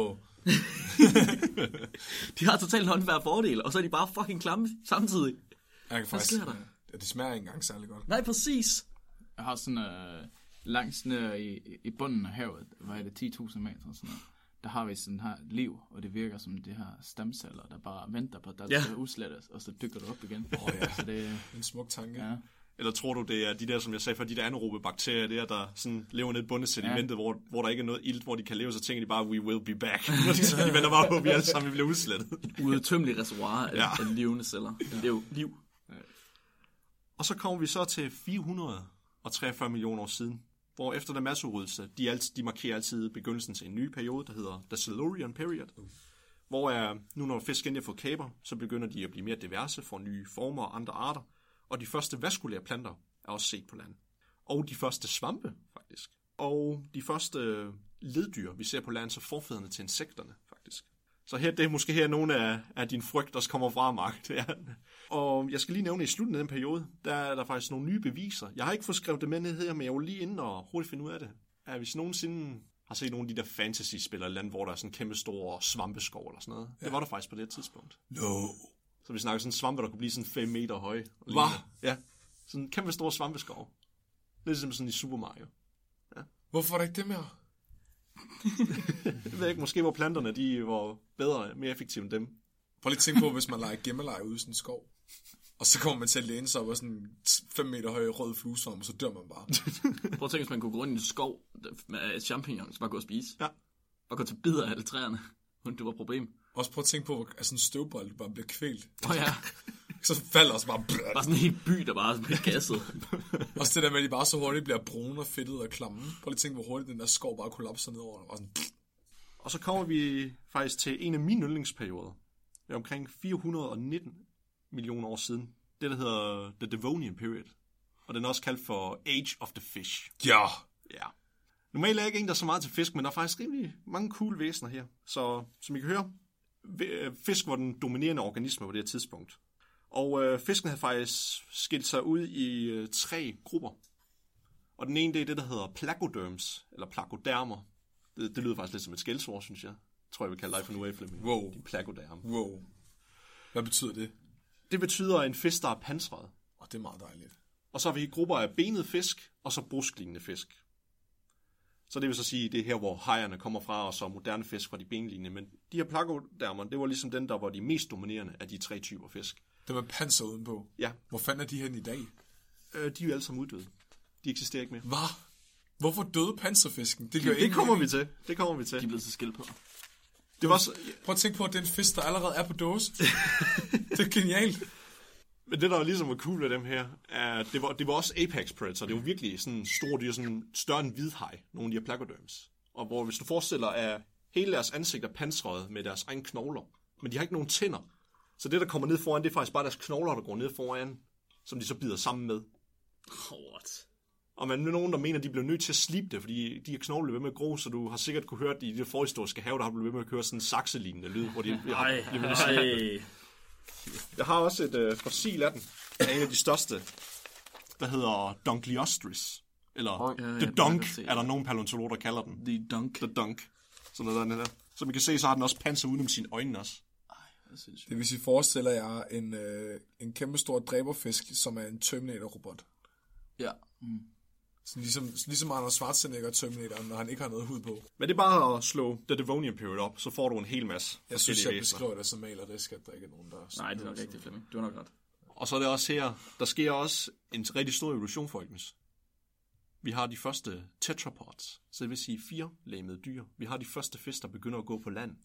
Speaker 2: De har totalt håndværende fordele, og så er de bare fucking klamme samtidig.
Speaker 1: Hvad sker der? Ja, det smager ikke engang særlig godt.
Speaker 2: Nej, præcis.
Speaker 3: Jeg har sådan langs ned i bunden af havet, hvad er det, 10.000 meter og sådan noget. Der har vi sådan her liv, og det virker som det her stamceller, der bare venter på, at der skal udslettes, og så dykker det op igen.
Speaker 1: Så det er en smuk tanke. Ja.
Speaker 4: Eller tror du, det er de der, som jeg sagde før, de der anaerobe bakterier, der sådan lever ned i bundesedimentet, hvor der ikke er noget ilt, hvor de kan leve, så tænker de bare, we will be back. De vender bare på, at vi alle sammen bliver udslettet.
Speaker 2: Udtømmelig reservoir af levende celler. Det er jo liv.
Speaker 4: Og så kommer vi så til 443 millioner år siden, hvor efter den masseudryddelse, de markerer altid begyndelsen til en ny periode, der hedder The Silurian Period. Hvor nu når fisk endelig får kæber, så begynder de at blive mere diverse, får nye former og andre arter. Og de første vaskulære planter er også set på land. Og de første svampe, faktisk. Og de første leddyr, vi ser på land, så forfædrene til insekterne, faktisk. Så her, det er måske her nogle af dine frygt, der kommer fra, Mark. Ja. Og jeg skal lige nævne, at i slutningen af den periode, der er der faktisk nogle nye beviser. Jeg har ikke fået skrevet det med ned her, men jeg vil lige inde og hurtigt finde ud af det. Hvis nogensinde har set nogle af de der fantasy-spillere i land, hvor der er sådan en kæmpe store svampeskov eller sådan noget. Ja. Det var der faktisk på det tidspunkt.
Speaker 1: No.
Speaker 4: Så vi snakker sådan en svampe, der kunne blive sådan 5 meter høj.
Speaker 1: Hvad?
Speaker 4: Ja, sådan en kæmpe stor svampeskov. Lidt som sådan i Super Mario. Ja.
Speaker 1: Hvorfor er der ikke det mere?
Speaker 4: Jeg ved ikke, måske hvor planterne, de var bedre, mere effektive end dem.
Speaker 1: Prøv lige at tænke på, hvis man leger gemmeleje ude i sådan en skov, og så kommer man til at læne sig op og sådan 5 meter høj rød fluesvamp, og så dør man bare.
Speaker 2: Prøv at tænke, hvis man kunne gå rundt i en skov med champignon, så bare gå og spise.
Speaker 4: Ja.
Speaker 2: Bare gå til bidder af alle træerne. Det var et problem.
Speaker 1: Også prøv at tænke på, at sådan en støvbold bare bliver kvælt.
Speaker 2: Ja.
Speaker 1: Så falder også bare...
Speaker 2: Bare sådan en hel by, der bare bliver gasset.
Speaker 1: Også det der med, at de bare så hurtigt bliver brune og fedtet og klamme. Prøv lige at tænke, hvor hurtigt den der skov bare kollapser nedover. Og, sådan...
Speaker 4: og så kommer vi faktisk til en af mine yndlingsperioder. Det er omkring 419 millioner år siden. Det, der hedder The Devonian Period. Og den er også kaldt for Age of the Fish.
Speaker 1: Ja.
Speaker 4: Ja. Normalt er jeg ikke en, der er så meget til fisk, men der er faktisk rimelig mange cool væsener her. Så som I kan høre, fisk var den dominerende organisme på det her tidspunkt. Og fisken havde faktisk skilt sig ud i 3 grupper. Og den ene, det er det, der hedder placoderms, eller placodermer. Det lyder faktisk lidt som et skældsord, synes jeg. Tror jeg vil kalde dig for nu af, Flemming.
Speaker 1: Wow.
Speaker 4: De placoderm.
Speaker 1: Wow. Hvad betyder det?
Speaker 4: Det betyder en fisk, der er pansret.
Speaker 1: Det er meget dejligt.
Speaker 4: Og så har vi grupper af benede fisk, og så brusklignende fisk. Så det vil så sige, det er her, hvor hajerne kommer fra, og så moderne fisk fra de benlignende. Men de her placodermer, det var ligesom den, der var de mest dominerende af de 3 typer fisk.
Speaker 1: Det var panser udenpå?
Speaker 4: Ja.
Speaker 1: Hvor fanden er de hen i dag?
Speaker 4: De er jo alle sammen uddøde. De eksisterer ikke mere.
Speaker 1: Hvad? Hvorfor døde panserfisken?
Speaker 4: Det kommer vi til. Det kommer vi til.
Speaker 2: De er blevet så skilt på.
Speaker 4: Det var så...
Speaker 1: Prøv at tænke på, at den fisk, der allerede er på dåse. Det er genialt.
Speaker 4: Men det, der ligesom var cool ved dem her, er, det var også apex predator. Det var virkelig sådan store dyr, sådan større end hvidhaj, nogle af de her placoderms. Og hvor hvis du forestiller, at hele deres ansigt er pansret med deres egne knogler, men de har ikke nogen tænder. Så det, der kommer ned foran, det er faktisk bare deres knogler, der går ned foran, som de så bider sammen med.
Speaker 2: What?
Speaker 4: Og man er nogen, der mener, at de bliver nødt til at slibe det, fordi de her knogler bliver ved med at gro, så du har sikkert kunne høre, at i det forhistoriske have, der har du ved med at køre sådan en sakselignende lyd, hvor de bliver ved med at slibe. Jeg har også et fossil af den, af en af de største, der hedder Dunkleostris. Eller The Dunk, er der nogen paleontologer, der kalder den.
Speaker 2: The Dunk.
Speaker 4: Sådan noget der. Som I kan se, så har den også panser udenom sine øjne også.
Speaker 1: Det vil sige, forestiller jeg en kæmpe stor dræberfisk, som er en Terminator-robot.
Speaker 2: Ja.
Speaker 1: Så ligesom Arnold Schwarzenegger Terminator, når han ikke har noget hud på.
Speaker 4: Men det er bare at slå The Devonian Period op, så får du en hel masse.
Speaker 1: Jeg synes, jeg beskriver det som malerisk, at der ikke er nogen, der...
Speaker 2: Nej, det er nok rigtigt, Flemming. Du har nok ret.
Speaker 4: Og så er det også her, der sker også en rigtig stor evolution, folkens. Vi har de første tetrapods, så det vil sige 4-læmede dyr. Vi har de første fisk, der begynder at gå på land.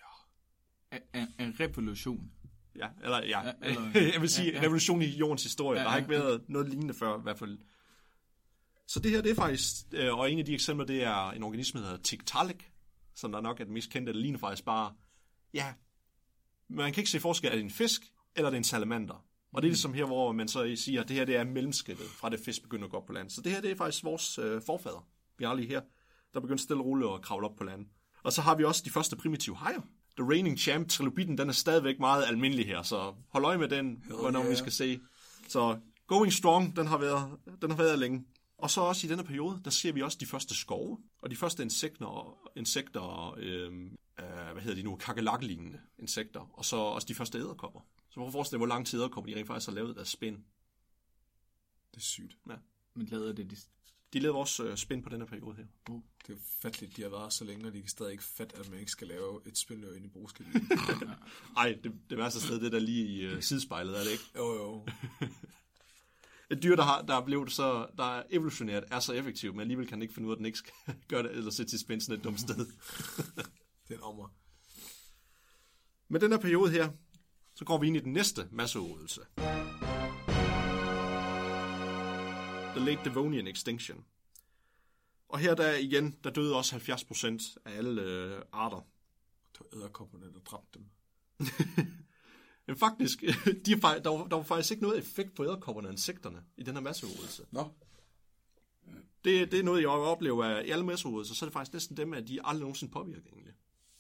Speaker 3: En revolution.
Speaker 4: Ja, jeg vil sige en revolution i jordens historie. Der har ikke været noget lignende før, i hvert fald. Så det her, det er faktisk, og en af de eksempler, det er en organisme, der hedder Tiktaalik, som der nok er den mest kendte. Det ligner faktisk bare, ja, man kan ikke se forskel, er det en fisk, eller er det en salamander. Og det er ligesom her, hvor man så siger, at det her, det er mellemskridtet, fra det fisk begynder at gå op på land. Så det her, det er faktisk vores forfader. Vi har lige her, der begynder stille og roligt at kravle op på land. Og så har vi også de første primitive hajer. The Reigning Champ, trilobiten, den er stadigvæk meget almindelig her, så hold øje med den, hvornår vi skal se. Så Going Strong, den har været længe. Og så også i denne periode, der ser vi også de første skove, og de første insekter, hvad hedder de nu, kakerlakkelignende insekter, og så også de første edderkopper. Så hvorfor forestille hvor lang tid edderkopper de rent faktisk har lavet deres spind?
Speaker 1: Det er sygt.
Speaker 4: Ja.
Speaker 3: Men lavede det
Speaker 4: De lavede også spind på denne periode her.
Speaker 1: Det er fatligt, de har været så længe, og de kan stadig ikke fatte, at man ikke skal lave et spindløv ind i brugskilden.
Speaker 4: Ej, det værste sted, det der lige i sidespejlet, er det ikke?
Speaker 1: Jo.
Speaker 4: Et dyr, der er blevet så, der er evolutionært, er så effektivt, men alligevel kan den ikke finde ud af, at den ikke skal gøre det, eller sætte sit spind sådan et dumt sted.
Speaker 1: Det er en ommer.
Speaker 4: Med den her periode her, så går vi ind i den næste masseudryddelse. The Late Devonian Extinction. Og her der døde også 70% af alle arter.
Speaker 1: Det var edderkopperne, der dræbte dem.
Speaker 4: Men faktisk, der var faktisk ikke noget effekt på edderkopperne og insekterne i den her masseudryddelse.
Speaker 1: Nå.
Speaker 4: Det er noget, jeg oplever af i alle masseudryddelser, så er det faktisk næsten dem, at de aldrig nogensinde påvirker egentlig.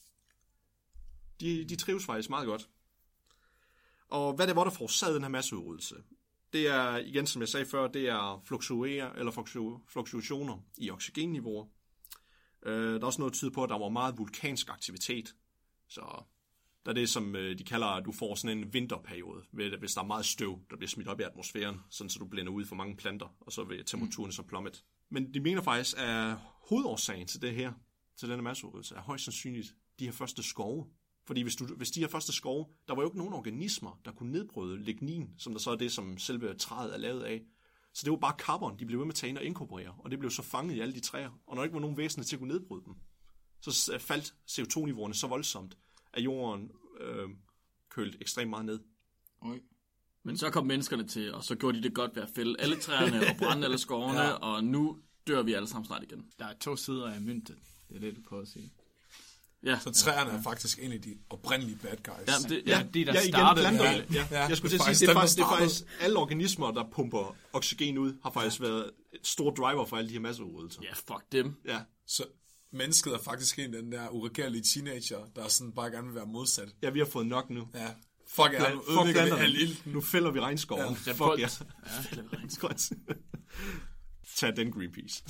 Speaker 4: De trives faktisk meget godt. Og hvad det var, der forårsagede den her masseudryddelse? Det er, igen som jeg sagde før, det er fluktuationer i oxygenniveauer. Der er også noget, der tyder på, at der var meget vulkansk aktivitet. Så der er det, som de kalder, at du får sådan en vinterperiode, hvis der er meget støv, der bliver smidt op i atmosfæren, sådan så du blænder ud for mange planter, og så vil temperaturen så plummet. Men de mener faktisk, at hovedårsagen til det her, til denne masseudryddelse, er højst sandsynligt de her første skove. Fordi hvis de her første skove, der var jo ikke nogen organismer, der kunne nedbryde lignin, som der så er det, som selve træet er lavet af. Så det var bare karbon, de blev ved med at tage ind og inkorporere, og det blev så fanget i alle de træer. Og når der ikke var nogen væsener til at kunne nedbryde dem, så faldt CO2-niveauerne så voldsomt, at jorden kølte ekstremt meget ned.
Speaker 3: Okay.
Speaker 2: Men så kom menneskerne til, og så gjorde de det godt ved at fælde alle træerne og brænde alle skovene, ja. Og nu dør vi alle sammen snart igen.
Speaker 3: Der er 2 sider af møntet. Det er det, du prøver at sige.
Speaker 1: Ja. Så træerne er faktisk en af de oprindelige bad guys.
Speaker 3: De der startede.
Speaker 4: Jeg skulle til at sige, det er faktisk alle organismer, der pumper oxygen ud, har faktisk været et stort driver for alle de her masseudryddelser.
Speaker 2: Ja, fuck dem.
Speaker 4: Ja.
Speaker 1: Så mennesket er faktisk en af den der uregerlige teenager, der sådan bare gerne vil være modsat.
Speaker 4: Ja, vi har fået nok nu.
Speaker 1: Ja. Fuck ja, nu ødelægger vi al ild.
Speaker 4: Nu fælder vi regnskoven.
Speaker 2: Ja,
Speaker 4: fuck
Speaker 2: ja.
Speaker 4: Fælder vi regnskoven. Tag den Greenpeace.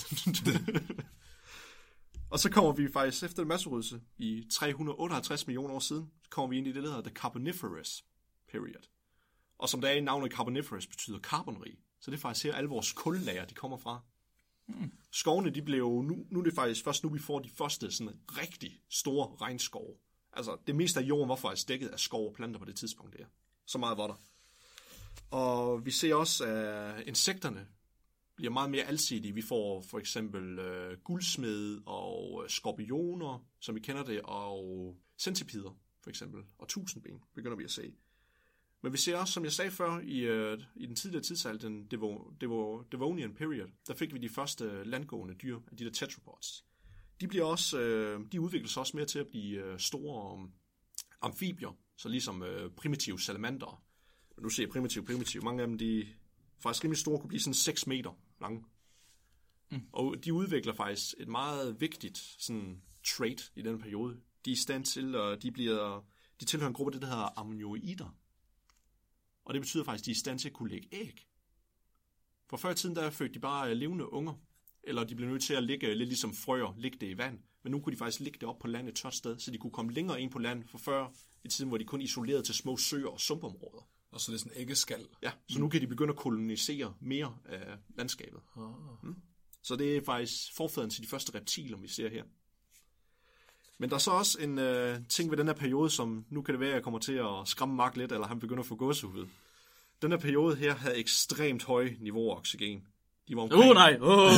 Speaker 4: Og så kommer vi faktisk efter en masseudryddelse i 358 millioner år siden, så kommer vi ind i det, der hedder The Carboniferous Period. Og som der er i navnet Carboniferous, betyder carbonrig. Så det er faktisk her, alle vores kullager, de kommer fra. Skovene, de blev nu er det faktisk først nu, vi får de første sådan rigtig store regnskove. Altså, det meste af jorden var faktisk dækket af skov og planter på det tidspunkt der. Så meget var der. Og vi ser også, at insekterne bliver meget mere alsidige. Vi får for eksempel guldsmed og skorpioner, som vi kender det, og centipider for eksempel, og tusindben begynder vi at se. Men vi ser også, som jeg sagde før, i den tidligere tidsalder, den Devonian period, der fik vi de første landgående dyr, de der tetrapods. De udvikler sig også mere til at blive store amfibier, så ligesom primitive salamander. Nu ser jeg primitive. Mange af dem, de faktisk rimelig store, kunne blive sådan 6 meter lange. Og de udvikler faktisk et meget vigtigt sådan trait i den periode. De er i stand til, og de tilhører en gruppe, det der hedder ammonioider. Og det betyder faktisk, at de er i stand til at kunne lægge æg. For før i tiden, der fødte de bare levende unger, eller de blev nødt til at ligge lidt ligesom frøer, ligge det i vand. Men nu kunne de faktisk ligge det op på land et tørt sted, så de kunne komme længere ind på land, for før i tiden, hvor de kun isolerede til små søer og sumpområder.
Speaker 1: Og så er det sådan en æggeskal.
Speaker 4: Ja, så nu kan de begynde at kolonisere mere af landskabet. Så det er faktisk forfædren til de første reptiler, vi ser her. Men der er så også en ting ved den her periode, som nu kan det være, at jeg kommer til at skræmme Mark lidt, eller han begynder at få gåsehud. Den her periode her havde ekstremt høje niveauer af oxygen. De var omkring...
Speaker 2: nej.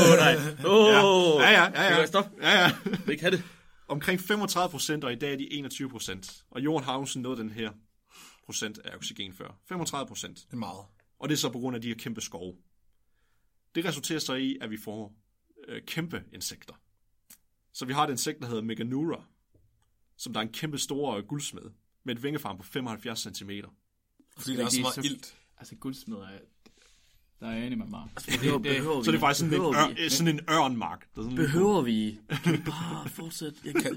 Speaker 4: Ja.
Speaker 2: Stop.
Speaker 4: Ja.
Speaker 2: Vi ikke have det.
Speaker 4: Omkring 35%, og i dag er de 21%. Og jorden har også nået den her procent af oxygen før. 35%.
Speaker 1: Det er meget.
Speaker 4: Og det er så på grund af de her kæmpe skove. Det resulterer så i, at vi får kæmpe insekter. Så vi har et insekt, der hedder Meganura, som der er en kæmpe stor guldsmed, med et vingefang på 75 cm.
Speaker 1: Fordi der er så meget ilt.
Speaker 3: Altså guldsmeder, der er jeg enig med mig.
Speaker 4: Så det er faktisk sådan en ørnmark.
Speaker 2: Behøver vi? Kan vi bare fortsætte?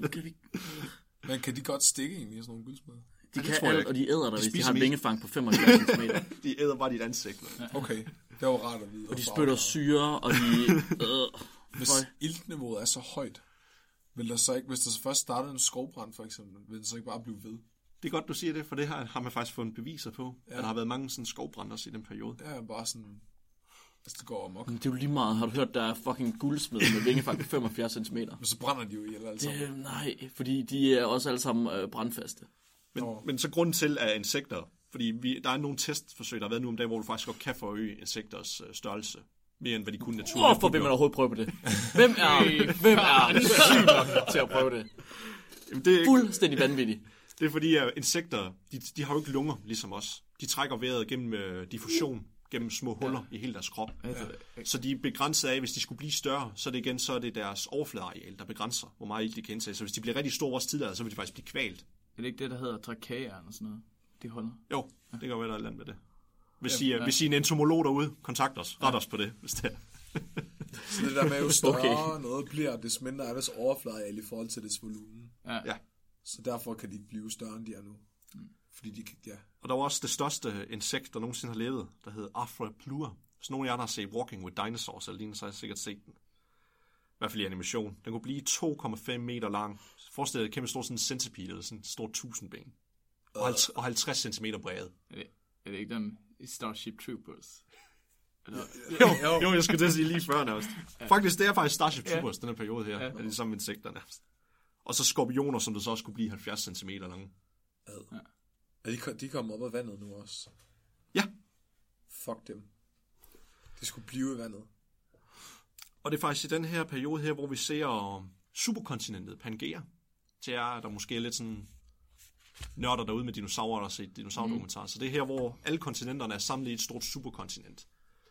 Speaker 1: Men kan de godt stikke egentlig i sådan nogle guldsmeder?
Speaker 2: De kan alt, og de æder dig, hvis de har et vingefang på 75 cm.
Speaker 4: De æder bare dit ansigt.
Speaker 1: Okay, det var rart at vide.
Speaker 2: Og de spytter syre, og de...
Speaker 1: Hvis iltniveauet er så højt, vil der så ikke, hvis der så først startede en skovbrand for eksempel, vil det så ikke bare blive ved?
Speaker 4: Det er godt, du siger det, for det her har man faktisk fundet beviser på, at der har været mange sådan skovbrand også i den periode.
Speaker 1: Det er bare sådan, hvis det går amok.
Speaker 2: Det er jo lige meget, har du hørt, der er fucking guldsmed med vingefang på 75 cm.
Speaker 1: Men så brænder de jo ihjel alle sammen.
Speaker 2: Nej, fordi de er også alle sammen brandfaste.
Speaker 4: Men så grunden til, at insekter, fordi der er nogle testforsøg, der har været nu om dagen, hvor du faktisk godt kan forøge insekters størrelse. Mere end hvad de kunne naturligt.
Speaker 2: Hvorfor vil man overhovedet prøve på det? Hvem er syg nok til at prøve det? Jamen, det er fuldstændig vanvittigt.
Speaker 4: Det er fordi, at insekter, de har jo ikke lunger, ligesom os. De trækker vejret gennem diffusion, gennem små huller i hele deres krop. Så de er begrænset af, hvis de skulle blive større, så er det deres overfladeareal, der begrænser, hvor meget ilt de kan indtage. Så hvis de bliver rigtig store vores tidligere, så vil de faktisk blive kvalt.
Speaker 3: Er det ikke det, der hedder trachea eller sådan noget? De holder?
Speaker 4: Jo, det kan være, der er et land med det. Hvis I er en entomolog derude, kontakt os. Ret os på det, hvis det er.
Speaker 1: Så det der med, jo større noget bliver, des mindre er dets overfladeareal i forhold til dets volumen.
Speaker 4: Ja.
Speaker 1: Så derfor kan de ikke blive større, end de er nu. Fordi de kan,
Speaker 4: Og der var også det største insekt, der nogensinde har levet, der hed Afra Plua. Hvis nogen af jer har set Walking with Dinosaurs, eller lignende, så har jeg sikkert set den. I hvert fald i animation. Den kunne blive 2,5 meter lang. Forestil dig et kæmpe stort sådan en centipede, eller sådan en stor 1000-ben. Og 50 cm bred.
Speaker 3: Er det ikke den Starship Troopers?
Speaker 4: Jo, jeg skulle til at sige lige før nærmest. Faktisk, det er faktisk Starship Troopers, den her periode her. Er de samme insekter nærmest. Og så skorpioner, som der så også kunne blive 70 cm lange.
Speaker 1: Er de kommet op af vandet nu også?
Speaker 4: Ja.
Speaker 1: Fuck dem. De skulle blive i vandet.
Speaker 4: Og det er faktisk i den her periode her, hvor vi ser superkontinentet Pangea. Til jer, der måske er lidt sådan nørder derude med dinosaurer, der har set dinosaurdokumentarer. Så det er her, hvor alle kontinenterne er samlet i et stort superkontinent.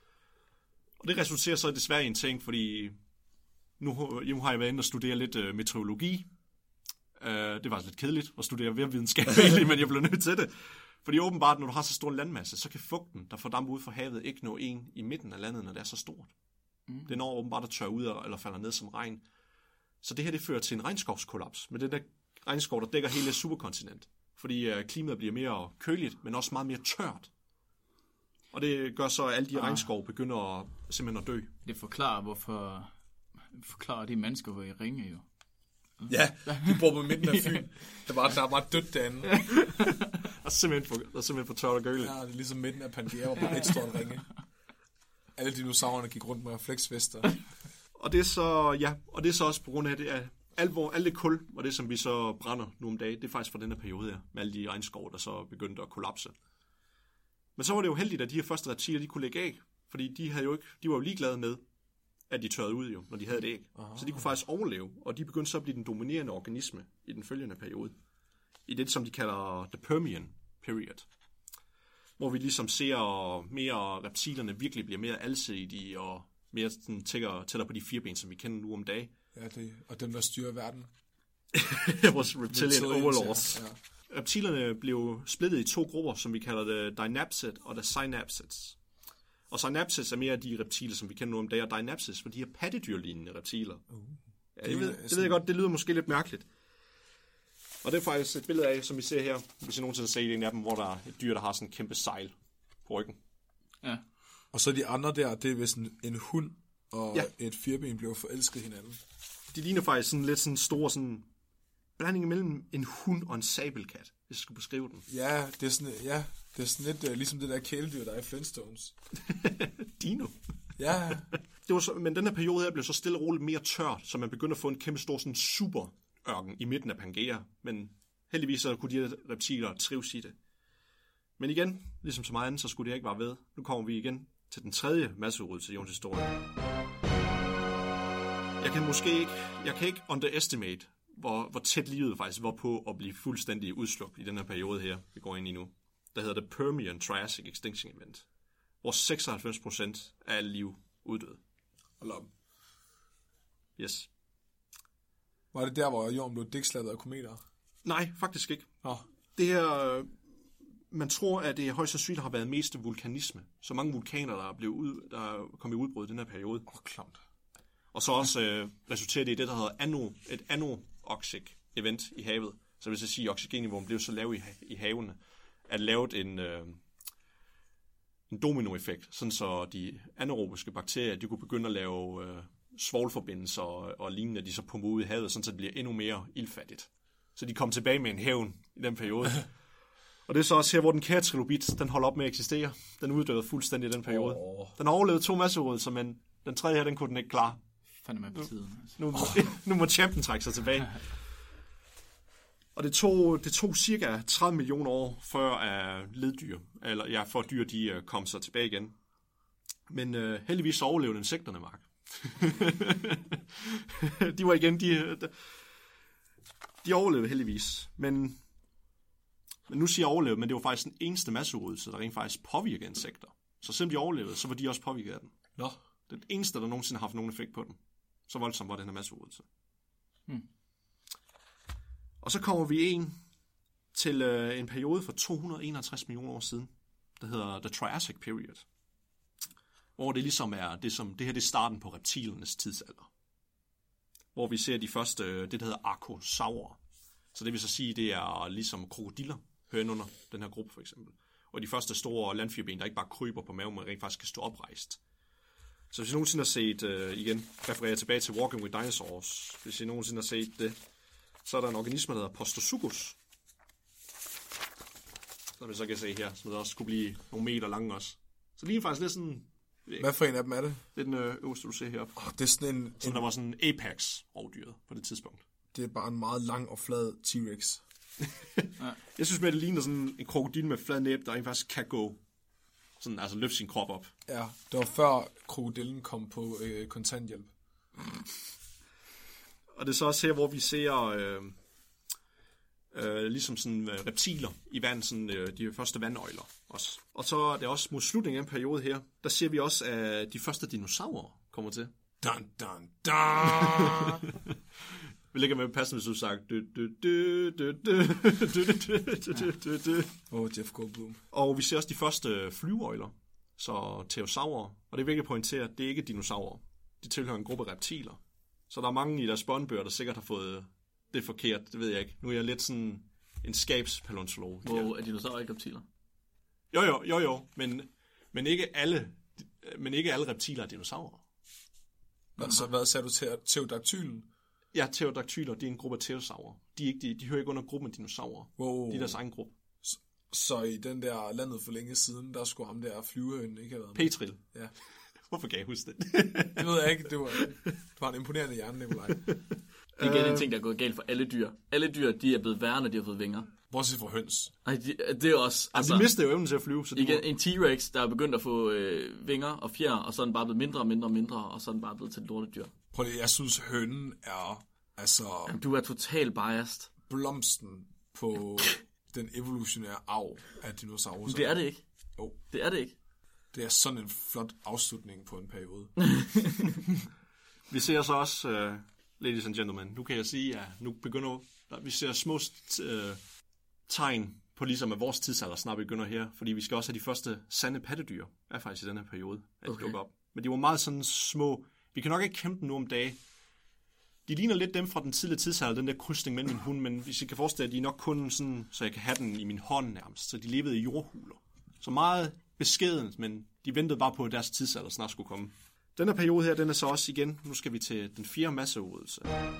Speaker 4: Og det resulterer så desværre i en ting, fordi nu har jeg været inde og studere lidt meteorologi. Det var lidt kedeligt at studere vejrvidenskab, men jeg blev nødt til det. Fordi åbenbart, når du har så stor en landmasse, så kan fugten, der får damp ud fra havet, ikke nå en i midten af landet, når det er så stort. Det når åbenbart at tørre ud eller falder ned som regn. Så det her, det fører til en regnskovskollaps. Med den der regnskov, der dækker hele superkontinent. Fordi klimaet bliver mere køligt, men også meget mere tørt. Og det gør så, at alle de regnskov begynder simpelthen at dø.
Speaker 3: Det forklarer de mennesker, hvor I ringer jo.
Speaker 1: Ja, de bor på midten af Fyn. Der er bare dødt derinde.
Speaker 4: Der er simpelthen for tørt og gøligt.
Speaker 1: Ja, det er ligesom midten af Pangea, hvor bare et stort ringe. Alle dinosaurerne gik rundt med refleksvester.
Speaker 4: Og det er så også på grund af det, at alt det kul, og det som vi så brænder nu om dagen, det er faktisk fra den her periode her, med alle de regnskov, der så begyndte at kollapse. Men så var det jo heldigt, at de her første reptiler, de kunne lægge æg, fordi de var jo ligeglade med, at de tørrede ud jo, når de havde et æg. Aha. Så de kunne faktisk overleve, og de begyndte så at blive den dominerende organisme i den følgende periode. I det, som de kalder the Permian period. hvor vi ligesom ser mere reptilerne virkelig bliver mere alsidige og mere sådan, tættere på de 4 ben, som vi kender nu om dagen.
Speaker 1: Ja, og dem, der styrer verden.
Speaker 4: Vores reptilian overlords. Ja. Reptilerne blev splittet i 2 grupper, som vi kalder det Dynapsid og det Synapsids. Og Synapsids er mere de reptiler, som vi kender nu om dagen, og Dynapsids var de her pattedyrlignende reptiler. Ja, det ved jeg godt, det lyder måske lidt mærkeligt. Og det er faktisk et billede af, som vi ser her, hvis I nogensinde har set en af dem, hvor der er et dyr, der har sådan en kæmpe sejl på ryggen.
Speaker 2: Ja.
Speaker 1: Og så de andre der, det er vist en hund og et 4-ben blev forelsket hinanden.
Speaker 4: De ligner faktisk sådan lidt sådan store sådan blanding mellem en hund og en sabelkat, hvis jeg skulle beskrive den.
Speaker 1: Ja, det er sådan lidt ligesom det der kæledyr, der er i Flintstones.
Speaker 4: Dino.
Speaker 1: Ja.
Speaker 4: Det var så, men den her periode her blev så stille og roligt mere tørt, så man begyndte at få en kæmpe stor sådan superørken i midten af Pangea. Men heldigvis så kunne de her reptiler trives i det. Men igen, ligesom så meget andet, så skulle det ikke være ved. Nu kommer vi igen til den 3. masseudryddelse i jordens historie. Jeg kan ikke underestimate, hvor tæt livet faktisk var på at blive fuldstændig udslugt i den her periode her, vi går ind i nu. Der hedder det Permian-Triassic Extinction Event, hvor 96% af alt liv uddøde.
Speaker 1: Hold op.
Speaker 4: Yes.
Speaker 1: Var det der, hvor jorden blev dækslaget af kometer?
Speaker 4: Nej, faktisk ikke.
Speaker 1: Nå.
Speaker 4: Det her, man tror, at det højst sandsynligt har været mest vulkanisme. Så mange vulkaner, der kom i udbrud i den her periode.
Speaker 1: Klamt.
Speaker 4: Og så også resulterede det i det, der hedder et anoxic event i havet. Så vil jeg sige, at oxygenniveauet blev så lavt i havene, at lavet en dominoeffekt, sådan så de anaerobiske bakterier, de kunne begynde at lave svovlforbindelser og lignende, de så pumper ud i havet, sådan så det bliver endnu mere ildfattigt. Så de kom tilbage med en hævn i den periode. Og det er så også her, hvor den kære trilobit, den holder op med at eksistere. Den uddøde fuldstændig i den periode. Den har overlevet 2 masseudryddelser, men den 3. her, den kunne den ikke klare.
Speaker 3: Fandme på tiden. Altså.
Speaker 4: Nu må champion trække sig tilbage. Og det tog cirka 30 millioner år før leddyr, for dyr de kom så tilbage igen. Men heldigvis så overlevede insekterne, Mark. De var igen, de overlevede heldigvis. Men nu siger jeg overlevede, men det var faktisk den eneste masseudryddelse, der rent faktisk påvirker insekter. Så selvom de overlevede, så var de også påvirket af den.
Speaker 1: Nå.
Speaker 4: Det er det eneste, der nogensinde har haft nogen effekt på den. Så voldsomt var den her masseudryddelse. Og så kommer vi til en periode for 251 millioner år siden, der hedder The Triassic Period. Hvor det ligesom er, det her det er starten på reptilernes tidsalder. Hvor vi ser de første, det der hedder arkosaurer. Så det vil så sige, det er ligesom krokodiller, hører under den her gruppe for eksempel. Og de første store landfyrben, der ikke bare kryber på maven, men rent faktisk kan stå oprejst. Så hvis I nogensinde har set, igen refererer tilbage til Walking with Dinosaurs, hvis I nogensinde har set det, så er der en organisme, der hedder Prostosuchus. Som vi så kan se her, som der også kunne blive nogle meter lang også. Så lige faktisk lidt sådan...
Speaker 1: Hvad for en af dem er det?
Speaker 4: Det er den øverste, du ser heroppe.
Speaker 1: Det er sådan
Speaker 4: så der var sådan en apex-rovdyret på det tidspunkt.
Speaker 1: Det er bare en meget lang og flad T-Rex.
Speaker 4: Jeg synes mere, det ligner sådan en krokodil med flad næb, der ikke faktisk kan gå. Sådan, altså løfte sin krop op.
Speaker 1: Ja, det var før krokodillen kom på kontanthjælp.
Speaker 4: Og det er så også her, hvor vi ser ligesom sådan reptiler i vand, sådan de første vandøjler også. Og så er det også mod slutningen af en periode her, der ser vi også, at de første dinosaurer kommer til.
Speaker 1: Dun, dun, dun.
Speaker 4: Vi lægger med passen, hvis du sagt.
Speaker 1: Jeff Goldblum.
Speaker 4: Og vi ser også de første flyveøjler, så pterosaurer. Og det er virkelig pointeret, at det er ikke dinosaurer. De tilhører en gruppe reptiler. Så der er mange i deres børnebøger, der sikkert har fået det forkert. Det ved jeg ikke. Nu er jeg lidt sådan en skabspaleontolog.
Speaker 2: Hvor er dinosaurer ikke reptiler?
Speaker 4: Jo. Men ikke alle reptiler er dinosaurer.
Speaker 1: Så hvad sagde du til pterodaktylen?
Speaker 4: Ja, pterodaktyler, det er en gruppe af pterosaurer. De hører ikke under gruppen af dinosaurer.
Speaker 1: Wow.
Speaker 4: De er deres egen gruppe.
Speaker 1: Så i den der landet for længe siden, der skulle ham der flyvehønen ikke have været
Speaker 4: med? Petril.
Speaker 1: Ja.
Speaker 4: Hvorfor kan jeg huske det?
Speaker 1: Det ved jeg ikke. Du har en imponerende hjerne, Nikolaj.
Speaker 2: Det er igen en ting, der er gået galt for alle dyr. Alle dyr, de er blevet værre, når de har fået vinger.
Speaker 1: Bortset fra høns.
Speaker 2: Nej, det er også...
Speaker 4: Altså, de mister jo evnen til at flyve. Så
Speaker 2: igen, en T-Rex, der er begyndt at få vinger og fjer, og så er den bare blevet mindre og mindre og mindre, og så er den bare blevet til et lortedyr.
Speaker 1: Prøv lige, jeg synes, hønen er... Altså...
Speaker 2: Jamen, du er totalt biased.
Speaker 1: Blomsten på den evolutionære arv af dinosaurer.
Speaker 2: Det er det ikke.
Speaker 1: Oh.
Speaker 2: Det er det ikke.
Speaker 1: Det er sådan en flot afslutning på en periode.
Speaker 4: Vi ser så også, ladies and gentlemen, nu kan jeg sige, at nu begynder vi ser små tegn på ligesom at vores tidsalder snart begynder her, fordi vi skal også have de første sande pattedyr, er faktisk i den her periode, at de dukker op. Men de var meget sådan små. Vi kan nok ikke kæmpe dem nu om dage. De ligner lidt dem fra den tidlige tidsalder, den der krydsning mellem min hund, men hvis I kan forestille jer, de er nok kun sådan, så jeg kan have den i min hånd nærmest. Så de levede i jordhuler. Så meget beskedent, men de ventede bare på, at deres tidsalder snart skulle komme. Den her periode her, den er så også igen, nu skal vi til den 4. masseudryddelse.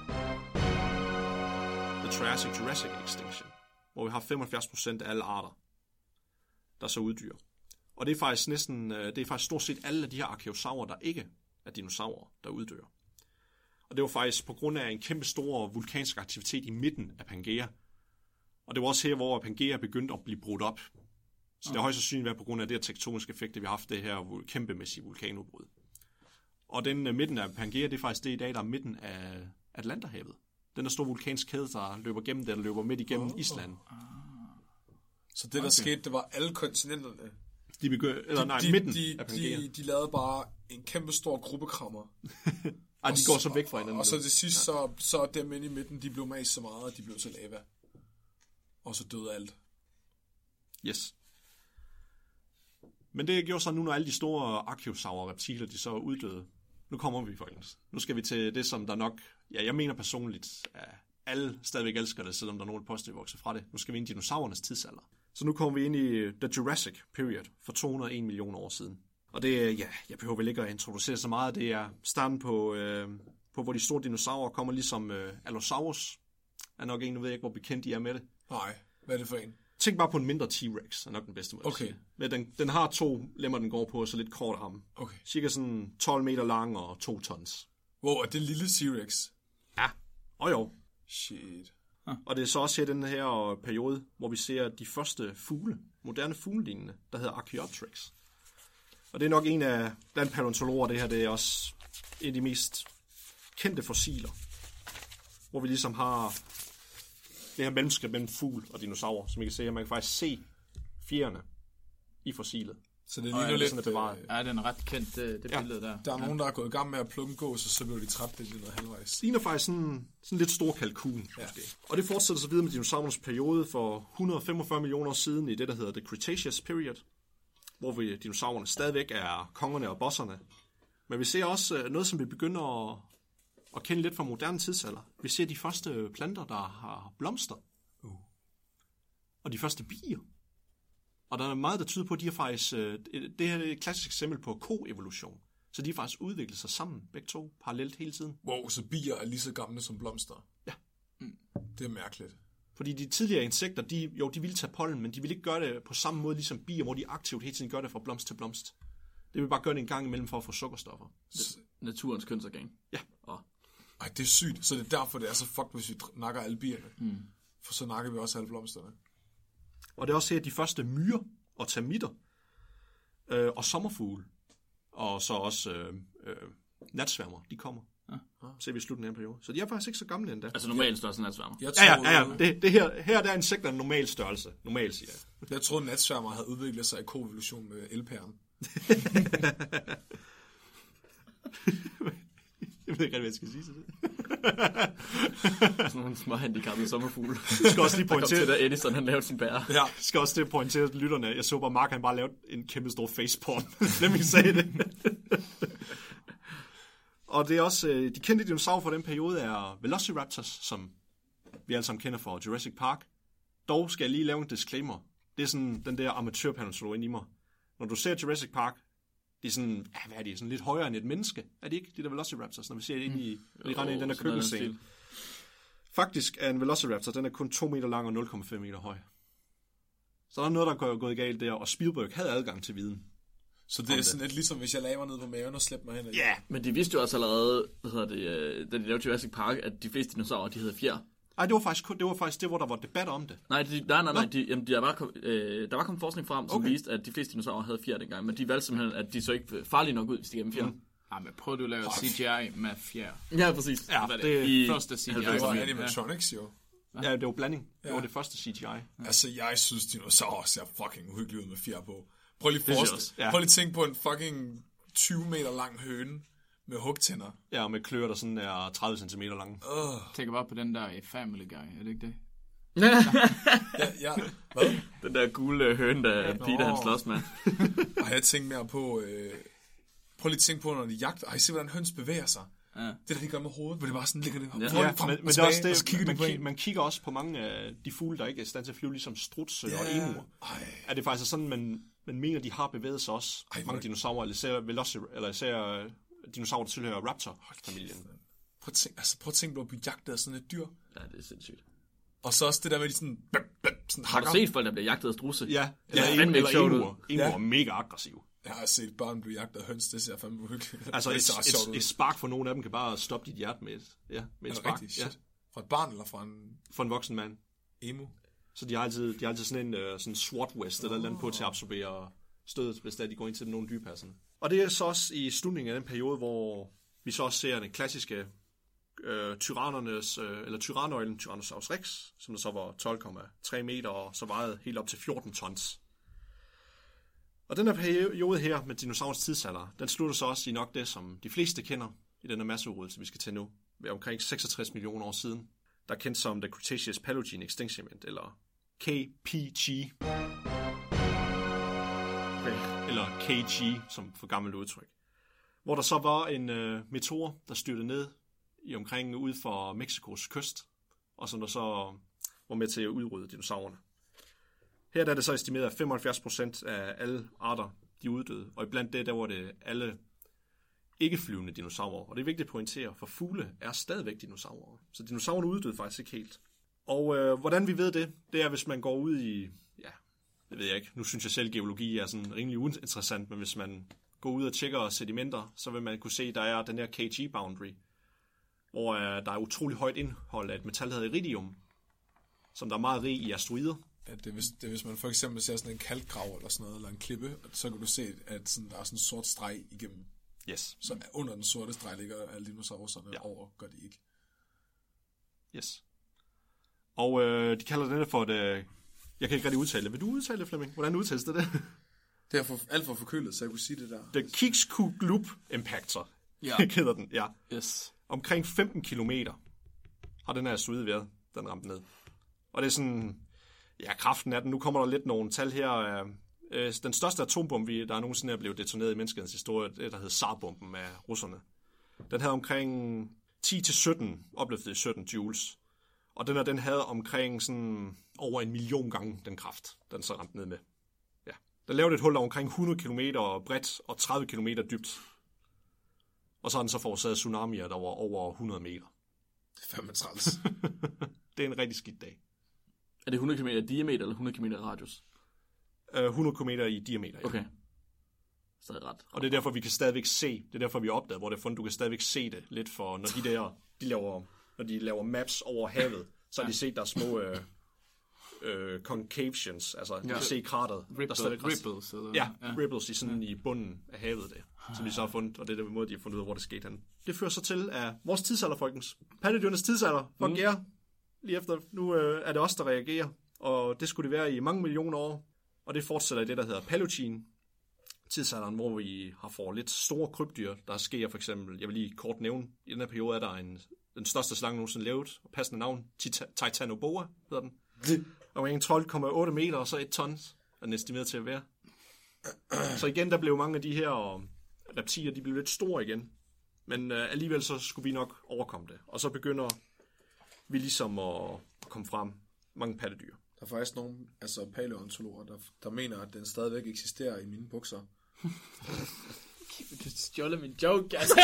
Speaker 4: The Triassic-Jurassic Extinction, hvor vi har 75% af alle arter, der så uddyr. Og det er faktisk stort set alle af de her arkeosaurer, der ikke er dinosaurer, der uddør. Og det var faktisk på grund af en kæmpe stor vulkansk aktivitet i midten af Pangea. Og det var også her, hvor Pangea begyndte at blive brudt op. Så det har højst sandsynligt været på grund af det her tektoniske effekt, vi har haft det her kæmpemæssige vulkanudbrud. Og den midten af Pangea, det er faktisk det i dag, der er midten af Atlanterhavet. Den der store vulkanskæde, der løber gennem det, der løber midt igennem Island.
Speaker 1: Så det, der skete, det var alle kontinenterne.
Speaker 4: Midten af Pangea.
Speaker 1: De lavede bare en kæmpe stor gruppekrammer.
Speaker 4: Ej, de går så væk fra hinanden.
Speaker 1: Og så til sidst, så dem inde i midten, de blev mast så meget, at de blev til lava. Og så døde alt.
Speaker 4: Yes. Men det gjorde så nu, når alle de store arkeosaurer reptiler, de så er uddøde. Nu kommer vi, folkens. Nu skal vi til det, som der nok... Ja, jeg mener personligt, at alle stadigvæk elsker det, selvom der er nogen, der påstår, vokser fra det. Nu skal vi ind i dinosaurernes tidsalder. Så nu kommer vi ind i The Jurassic Period for 201 millioner år siden. Og det, ja, jeg behøver vel ikke at introducere så meget. Det er starten på hvor de store dinosaurer kommer, ligesom Allosaurus. Er nok en, nu ved jeg ikke, hvor bekendt I er med det.
Speaker 1: Nej, hvad er det for en?
Speaker 4: Tænk bare på en mindre T-Rex, er nok den bedste måde at sige. Men den har 2 lemmer, den går på, og så lidt kort arm.
Speaker 1: Okay.
Speaker 4: Cirka sådan 12 meter lang og 2 tons.
Speaker 1: Wow, er det lille T-Rex?
Speaker 4: Ja, og jo.
Speaker 1: Shit.
Speaker 4: Og det er så også her den her periode, hvor vi ser de første fugle, moderne fuglelignende, der hedder Archaeopteryx. Og det er nok en af, blandt paleontologer, det her, det er også en af de mest kendte fossiler. Hvor vi ligesom har det her mellemskab mellem fugl og dinosaur, som I kan se, at man kan faktisk se fjerne i fossilet.
Speaker 1: Så det ligner lidt...
Speaker 3: Ja, den er ret kendt, det billede der.
Speaker 1: Der er nogen, der er gået i gang med at plukke gås, og så blev de træt lidt i noget halvvejs.
Speaker 4: Det ligner faktisk sådan lidt stor kalkun, måske. Og det fortsætter så videre med dinosaurernes periode for 145 millioner år siden i det, der hedder The Cretaceous Period, hvor dinosaurerne stadigvæk er kongerne og bosserne. Men vi ser også noget, som vi begynder at kende lidt fra moderne tidsalder. Vi ser de første planter, der har blomster. Og de første bier. Og der er meget, der tyder på, at de har faktisk... Det her er et klassisk eksempel på koevolution. Så de har faktisk udviklet sig sammen, begge to, parallelt hele tiden.
Speaker 1: Wow, så bier er lige så gamle som blomster?
Speaker 4: Ja.
Speaker 1: Det er mærkeligt.
Speaker 4: Fordi de tidligere insekter, de ville tage pollen, men de ville ikke gøre det på samme måde ligesom bier, hvor de aktivt hele tiden gør det fra blomst til blomst. Det vil bare gøre det en gang imellem for at få sukkerstoffer.
Speaker 2: Naturens kønsorgan.
Speaker 4: Ja.
Speaker 1: Ej, det er sygt. Så det er derfor, det er så fucked, hvis vi nakker alle bierne. For så nakker vi også alle blomsterne.
Speaker 4: Og det er også her de første myrer og termitter og sommerfugle. Og så også natsværmer, de kommer. Ser vi i slutningen af en periode. Så de er faktisk ikke så gamle endda.
Speaker 2: Altså normalt størrelse natsværmer.
Speaker 4: Ja. Det her der er insekter en normal størrelse. Normalt, siger jeg.
Speaker 1: Jeg troede, natsværmer havde udviklet sig i koevolution med elpæren.
Speaker 4: Jeg ved ikke, hvad jeg skal sige til det.
Speaker 2: Sådan nogle små handicappede sommerfugle.
Speaker 4: Jeg skal også lige pointere...
Speaker 2: Der kom til, da Edison han lavede sin bære.
Speaker 4: Ja, jeg skal også lige pointere til lytterne. Jeg så bare, Mark han bare lavede en kæmpe stor facepalm. Hvem sagde det? Og det er også... De kendte dinosaurer fra den periode er Velociraptors, som vi alle sammen kender fra Jurassic Park. Dog skal jeg lige lave en disclaimer. Det er sådan den der amatørpaleontolog inde i mig. Når du ser Jurassic Park, de er sådan, hvad er de? Sådan lidt højere end et menneske. Er de ikke? De der Velociraptors, når vi ser det ind i render i den der køkkenscene. Faktisk er en Velociraptor, den er kun 2 meter lang og 0,5 meter høj. Så der er noget, der er gået galt der, og Spielberg havde adgang til viden.
Speaker 1: Så det er sådan lidt ligesom, hvis jeg lagde mig ned på maven og slæbte mig hen.
Speaker 4: Ja. Yeah.
Speaker 2: Men de vidste jo også allerede, da de lavede Jurassic Park, at de fleste dinosaurer, de havde fjer.
Speaker 4: Nej, det var faktisk det, hvor der var debat om det.
Speaker 2: Nej, der var kommet forskning frem, som viste, at de fleste dinosaurer havde fjer dengang, men de valgte simpelthen, at de så ikke farlige nok ud, hvis de gennem fjer.
Speaker 3: Ja, men prøv du at lave CGI med fjer.
Speaker 2: Ja, præcis.
Speaker 4: Ja,
Speaker 3: det første CGI.
Speaker 1: Det var animatronics jo.
Speaker 4: Ja, det var blanding. Det var det første CGI.
Speaker 1: Altså, jeg synes, dinosaurer ser fucking uhyggeligt ud med fjer på. Prøv lige
Speaker 2: synes jeg også.
Speaker 1: Prøv lige at tænke på en fucking 20 meter lang høne med hugtænder.
Speaker 4: Ja, og med kløer, der sådan er 30 cm lange.
Speaker 3: Tænker bare på den der i Family Guy, er det ikke det?
Speaker 1: Ja, hvad?
Speaker 2: Den der gule høne, der Peter han slås med.
Speaker 1: Og jeg tænkte mere på... prøv lige at tænke på, når de jagter. Ej, se hvordan høns bevæger sig. Ja. Det der, de gør med hovedet, hvor det bare sådan ligger det.
Speaker 4: Men det er også det, man kigger også på mange af de fugle, der ikke er i stand til at flyve, ligesom strudse og emuer. Er det faktisk sådan, man mener, de har bevæget sig også. Mange dinosaurer, eller især dinosaurer, der tilhører raptor-familien.
Speaker 1: Prøv at tænke på at blive jagtet af sådan et dyr.
Speaker 2: Ja, det er sindssygt.
Speaker 1: Og så også det der med, de sådan
Speaker 2: har du set folk, der bliver jagtet af strudse?
Speaker 4: Ja, eller emuer. Emuer er mega aggressive.
Speaker 1: Jeg har set børn blive jagtet af høns, det ser fandme uhyggeligt.
Speaker 4: Altså et spark for nogle af dem kan bare stoppe dit hjerte med et spark.
Speaker 1: Ja. Fra et barn eller fra
Speaker 4: en voksen mand.
Speaker 1: Emu.
Speaker 4: Så de har altid sådan en sådan SWAT vest eller andet på til at absorbere stødet, hvis de går ind til nogle dyrepasserne. Og det er så også i slutningen af den periode, hvor vi så også ser den klassiske tyrannøglen Tyrannosaurus rex, som der så var 12,3 meter og så vejede helt op til 14 tons. Og den her periode her med dinosaurens tidsalder, den slutter så også i nok det, som de fleste kender i den her masseudryddelse, vi skal til nu, ved omkring 66 millioner år siden, der er kendt som The Cretaceous Paleo Extinction Event, eller KPG. Eller KG, som for gammelt udtryk. Hvor der så var en meteor, der styrtede ned i omkring ud for Mexikos kyst, og som der så var med til at udrydde dinosaurerne. Her der er det så estimeret, at 75% af alle arter, de uddøde, og iblandt det, der var det alle ikke-flyvende dinosaurer. Og det er vigtigt at pointere, for fugle er stadigvæk dinosaurer. Så dinosaurerne uddøde faktisk ikke helt. Og hvordan vi ved det, det er, hvis man går ud i, ja, det ved jeg ikke, nu synes jeg selv, geologi er sådan rimelig uinteressant, men hvis man går ud og tjekker sedimenter, så vil man kunne se, at der er den her KG-boundary, hvor der er utrolig højt indhold af et metal, der hedder iridium, som der er meget rig i asteroider.
Speaker 1: Ja, det er, hvis man for eksempel ser sådan en kalkgrav eller sådan noget, eller en klippe, så kan du se, at sådan, der er sådan en sort streg igennem.
Speaker 4: Yes.
Speaker 1: Så under den sorte streg ligger alle dinosaurerne over, gør de ikke.
Speaker 4: Yes. Og de kalder det for det... Jeg kan ikke rigtig udtale det. Vil du udtale det, Flemming? Hvordan udtales det?
Speaker 1: Det er alt for forkølet, så jeg kunne sige det der.
Speaker 4: The Kickskuglup Impactor. Ja. Hedder den, ja.
Speaker 3: Yes.
Speaker 4: Omkring 15 kilometer har den her asteroide været, den ramte ned. Og det er sådan... Ja, kraften af den. Nu kommer der lidt nogle tal her. Den største atombombe, der nogensinde er blevet detoneret i menneskets historie, det der hedder Tsar-bomben af russerne. Den havde omkring 10-17, opløftet 17 joules. Og den havde omkring sådan over 1 million gange den kraft, den så ramte ned med. Ja. Den lavede et hul der omkring 100 km bredt og 30 km dybt. Og så har den så forårsaget tsunamier, der var over 100 meter.
Speaker 1: Det er fandme træls.
Speaker 4: Det er en rigtig skidt dag.
Speaker 2: Er det 100 km i diameter eller 100 km i radius?
Speaker 4: 100 km i diameter, ja.
Speaker 2: Okay. Så er det ret.
Speaker 4: Og det er derfor, vi kan stadigvæk se, det er derfor, vi opdagede, hvor det er fundet, du kan stadigvæk se det lidt, for når de laver maps over havet, så har de set, der er små concavions, altså de kan se krateret.
Speaker 3: Ripples.
Speaker 4: Ripples i sådan i bunden af havet der, som de så har fundet, og det er den måde, de har fundet ud af, hvor det skete hen. Det fører så til, at vores tidsalder, folkens, pattedyrenes tidsalder, fuck jer, lige efter, nu er det os, der reagerer, og det skulle det være i mange millioner år, og det fortsætter i det, der hedder Paleocene, tidsalderen, hvor vi har fået lidt store krybdyr, der sker for eksempel, jeg vil lige kort nævne, i den her periode er der den største slange nogensinde lavet, og passende navn, Titanoboa hedder den, og en 12,8 meter, og så 1 ton, er den estimeret til at være. Så igen, der blev mange af de her reptiler, de blev lidt store igen, men alligevel så skulle vi nok overkomme det, og så begynder vi ligesom at komme frem mange pattedyr.
Speaker 1: Der er faktisk nogle paleontologer, der mener, at den stadigvæk eksisterer i mine bukser.
Speaker 3: Du stjåler min joke, altså.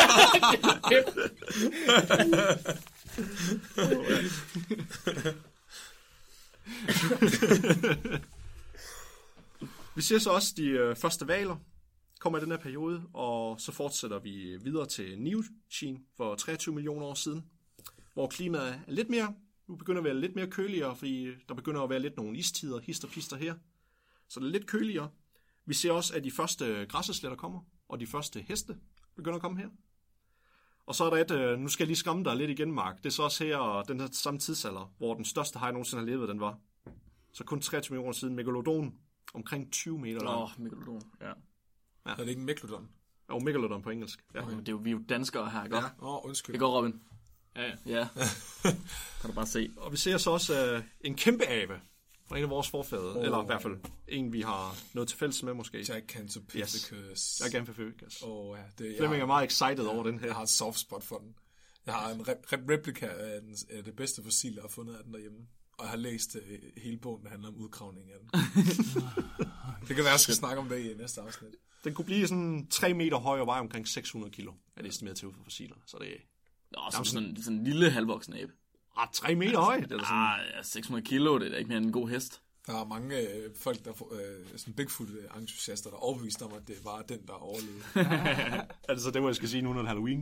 Speaker 4: Vi ser så også de første hvaler kommer i den her periode, og så fortsætter vi videre til Neogene for 23 millioner år siden, hvor klimaet er lidt mere, nu begynder at være lidt mere køligere, fordi der begynder at være lidt nogle istider, hist og pister her. Så det er lidt køligere. Vi ser også, at de første græssesletter kommer, og de første heste begynder at komme her. Og så er der nu skal jeg lige skræmme dig lidt igen, Mark. Det er så også her, den her samme tidsalder, hvor den største haj nogensinde har levet, den var. Så kun 23 millioner siden Megalodon. omkring 20 meter lang.
Speaker 2: Megalodon, ja.
Speaker 1: Er det ikke en megalodon?
Speaker 4: Og megalodon på engelsk. Ja.
Speaker 2: Okay, vi er jo danskere her, ikke?
Speaker 1: Ja. Undskyld.
Speaker 2: Det går, Robin.
Speaker 3: Ja.
Speaker 2: Kan du bare se.
Speaker 4: Og vi ser så også en kæmpe abe fra en af vores forfædre, eller i hvert fald en, vi har noget til fælles med måske.
Speaker 1: Gigantopithecus.
Speaker 4: Gigantopithecus.
Speaker 1: Flemming
Speaker 4: er meget excited over den her.
Speaker 1: Jeg har et soft spot for den. Jeg har en replika af det bedste fossil, jeg har fundet af den derhjemme. Og jeg har læst hele bogen, der handler om udgravning af den. Det kan være, at jeg skal snakke om det i næste afsnit.
Speaker 4: Den kunne blive sådan 3 meter høj og veje omkring 600 kilo, er det estimeret til ud for fossiler. Så det
Speaker 2: er sådan en lille halvvoksen abe.
Speaker 4: 3 meter høj? Det
Speaker 2: er sådan... 600 kilo, det er da ikke mere end en god hest.
Speaker 1: Der er mange folk, der sådan Bigfoot-entusiaster, der er overbevist om, at det var den, der overlevede.
Speaker 4: Altså det må jeg skal sige nu, når Halloween.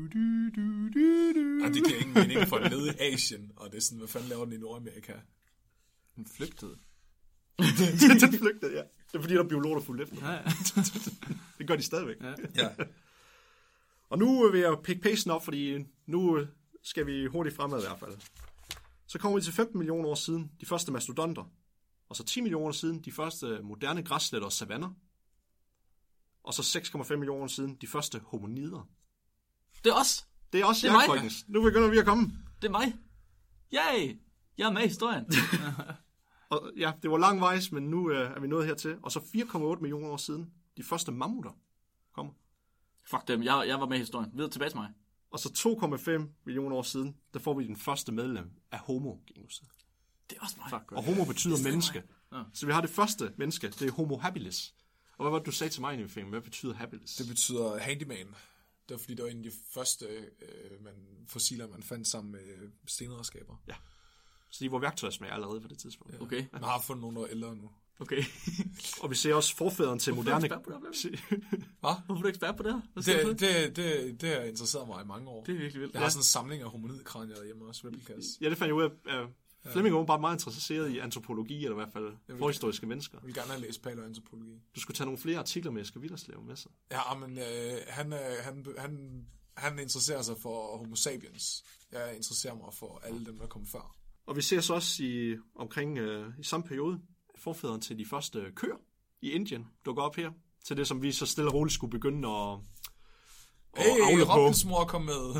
Speaker 1: Ja, det giver ingen mening for nede i Asien, og det er sådan, hvad fanden laver den i Nordamerika?
Speaker 3: Den flygtede.
Speaker 4: Den flygtede, ja. Det er fordi, der er biologer, der fulgte efter.
Speaker 3: Ja.
Speaker 4: Det gør de stadigvæk.
Speaker 1: Ja.
Speaker 4: Og nu vil jeg pick pacen op, fordi nu skal vi hurtigt fremad i hvert fald. Så kommer vi til 15 millioner år siden, de første mastodonter. Og så 10 millioner år siden, de første moderne græssletter og savanner. Og så 6,5 millioner år siden, de første hominider.
Speaker 2: Det er os!
Speaker 4: Det er også jer, folkens. Nu begynder vi at komme.
Speaker 2: Det er mig. Yay! Jeg er med i historien.
Speaker 4: Og ja, det var langvejs, men nu er vi nået hertil. Og så 4,8 millioner år siden, de første mammutter kommer.
Speaker 2: Fuck dem, jeg var med i historien. Videre tilbage til mig.
Speaker 4: Og så 2,5 millioner år siden, der får vi den første medlem af Homo genus.
Speaker 2: Det er også mig.
Speaker 4: Og homo betyder menneske. Ja. Så vi har det første menneske, det er Homo habilis. Og hvad var det, du sagde til mig i film? Hvad betyder habilis?
Speaker 1: Det betyder handyman. Det var fordi, det var en af de første fossiler, man fandt sammen med stenredskaber.
Speaker 4: Ja. Så de var værktøjsmag allerede på det tidspunkt.
Speaker 1: Ja.
Speaker 2: Okay.
Speaker 1: Man har fundet nogle, der er ældre nu.
Speaker 2: Okay.
Speaker 4: Og vi ser også forfædren til moderne...
Speaker 1: Hvad?
Speaker 2: Hvorfor er du ekspert på det her?
Speaker 1: Det har interesseret mig i mange år.
Speaker 2: Det er virkelig vildt.
Speaker 1: Jeg har sådan en samling af hominidkranier derhjemme også, replicas.
Speaker 4: Ja, det fandt jeg ud af. Flemming var bare meget interesseret i antropologi, eller i hvert fald forhistoriske mennesker.
Speaker 1: Jeg vil gerne have læst paleoantropologi.
Speaker 4: Du skulle tage nogle flere artikler med Asger Willerslev med sig.
Speaker 1: Ja, men han interesserer sig for Homo sapiens. Jeg interesserer mig for alle dem, der kom før.
Speaker 4: Og vi ser så også omkring i samme periode forfædren til de første køer i Indien dukker op her. Til det, som vi så stille og roligt skulle begynde at
Speaker 1: avle på. Robins mor kom med.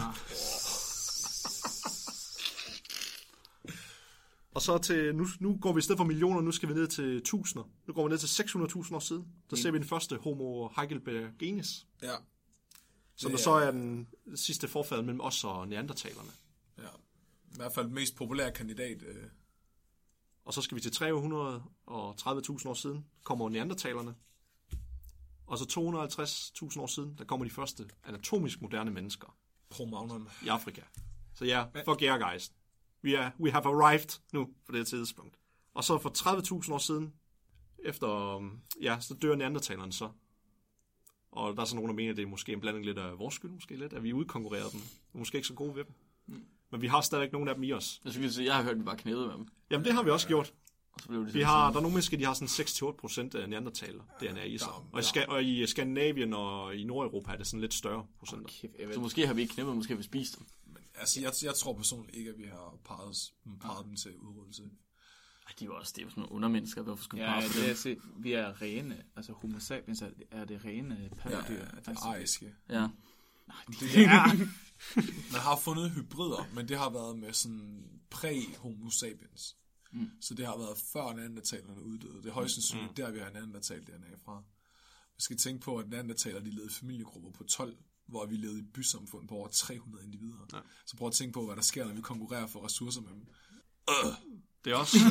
Speaker 4: Og så til, nu går vi i stedet for millioner, nu skal vi ned til tusinder. Nu går vi ned til 600.000 år siden. Der ser vi den første Homo heidelbergensis.
Speaker 1: Ja.
Speaker 4: Som der så er den sidste forfader mellem os og neandertalerne.
Speaker 1: Ja. I hvert fald den mest populære kandidat.
Speaker 4: Og så skal vi til 330.000 år siden, kommer neandertalerne. Og så 250.000 år siden, der kommer de første anatomisk moderne mennesker.
Speaker 1: Cro-Magnon.
Speaker 4: I Afrika. Så ja, fuck yeah, guys. We have arrived nu på det tidspunkt. Og så for 30.000 år siden, efter, så dør neandertalerne så. Og der er så nogen, der mener, at det er måske en blanding lidt af vores skyld, måske lidt, at vi udkonkurrerer dem. Og måske ikke så gode ved dem. Men vi har stadig nogen af dem i os.
Speaker 2: Jeg har hørt, at vi bare knævede med dem.
Speaker 4: Jamen, det har vi også gjort.
Speaker 2: Og så blev det
Speaker 4: der er nogle mennesker, de har sådan 6-8% af neandertaler DNA i sig. Og i Skandinavien og i Nordeuropa er det sådan lidt større procenter.
Speaker 2: Så måske har vi ikke knæppet, måske har vi spist dem.
Speaker 1: Men, altså, jeg tror personligt ikke, at vi har parret dem til udryddelse.
Speaker 2: Det er jo sådan nogle undermennesker. Hvorfor skulle vi
Speaker 3: parre dem? Vi er rene. Altså Homo sapiens er det rene pattedyr.
Speaker 1: Ja, det er ariske.
Speaker 2: Ja.
Speaker 1: Man har fundet hybrider, men det har været med sådan præ-Homo sapiens. Så det har været før neandertalerne uddøde. Det er højst sandsynligt der, vi har neandertal-DNA fra. Vi skal tænke på, at neandertalere de levede i familiegrupper på 12, hvor vi levede i bysamfund på over 300 individer. Ja. Så prøv at tænke på, hvad der sker, når vi konkurrerer for ressourcer med dem.
Speaker 4: Det er også...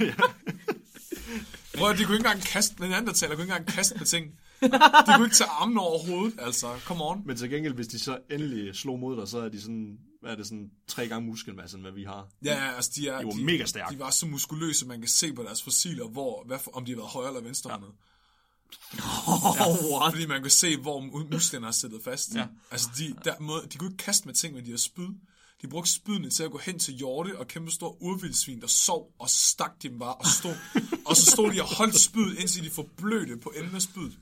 Speaker 1: Prøv at de kunne ikke engang kaste med neandertalere, kunne ikke engang kaste med ting. De kunne ikke tage armen over hovedet, altså, come on.
Speaker 4: Men til gengæld, hvis de så endelig slog mod dig, så er de sådan, sådan 3 gange muskelmassen, hvad vi har.
Speaker 1: Ja, altså de
Speaker 4: var mega stærke.
Speaker 1: De var så muskuløse, man kan se på deres fossiler, om de har været højre eller venstrehåndet. Ja. Fordi man kan se, hvor musklerne har siddet fast. Ja. Altså, de kunne ikke kaste med ting, men de har spyd. De brugte spydene til at gå hen til hjorte og kæmpe store urvildsvin, der sov, og stak dem bare og stod. Og så stod de og holdt spydet, indtil de forblødte på enden af spydet.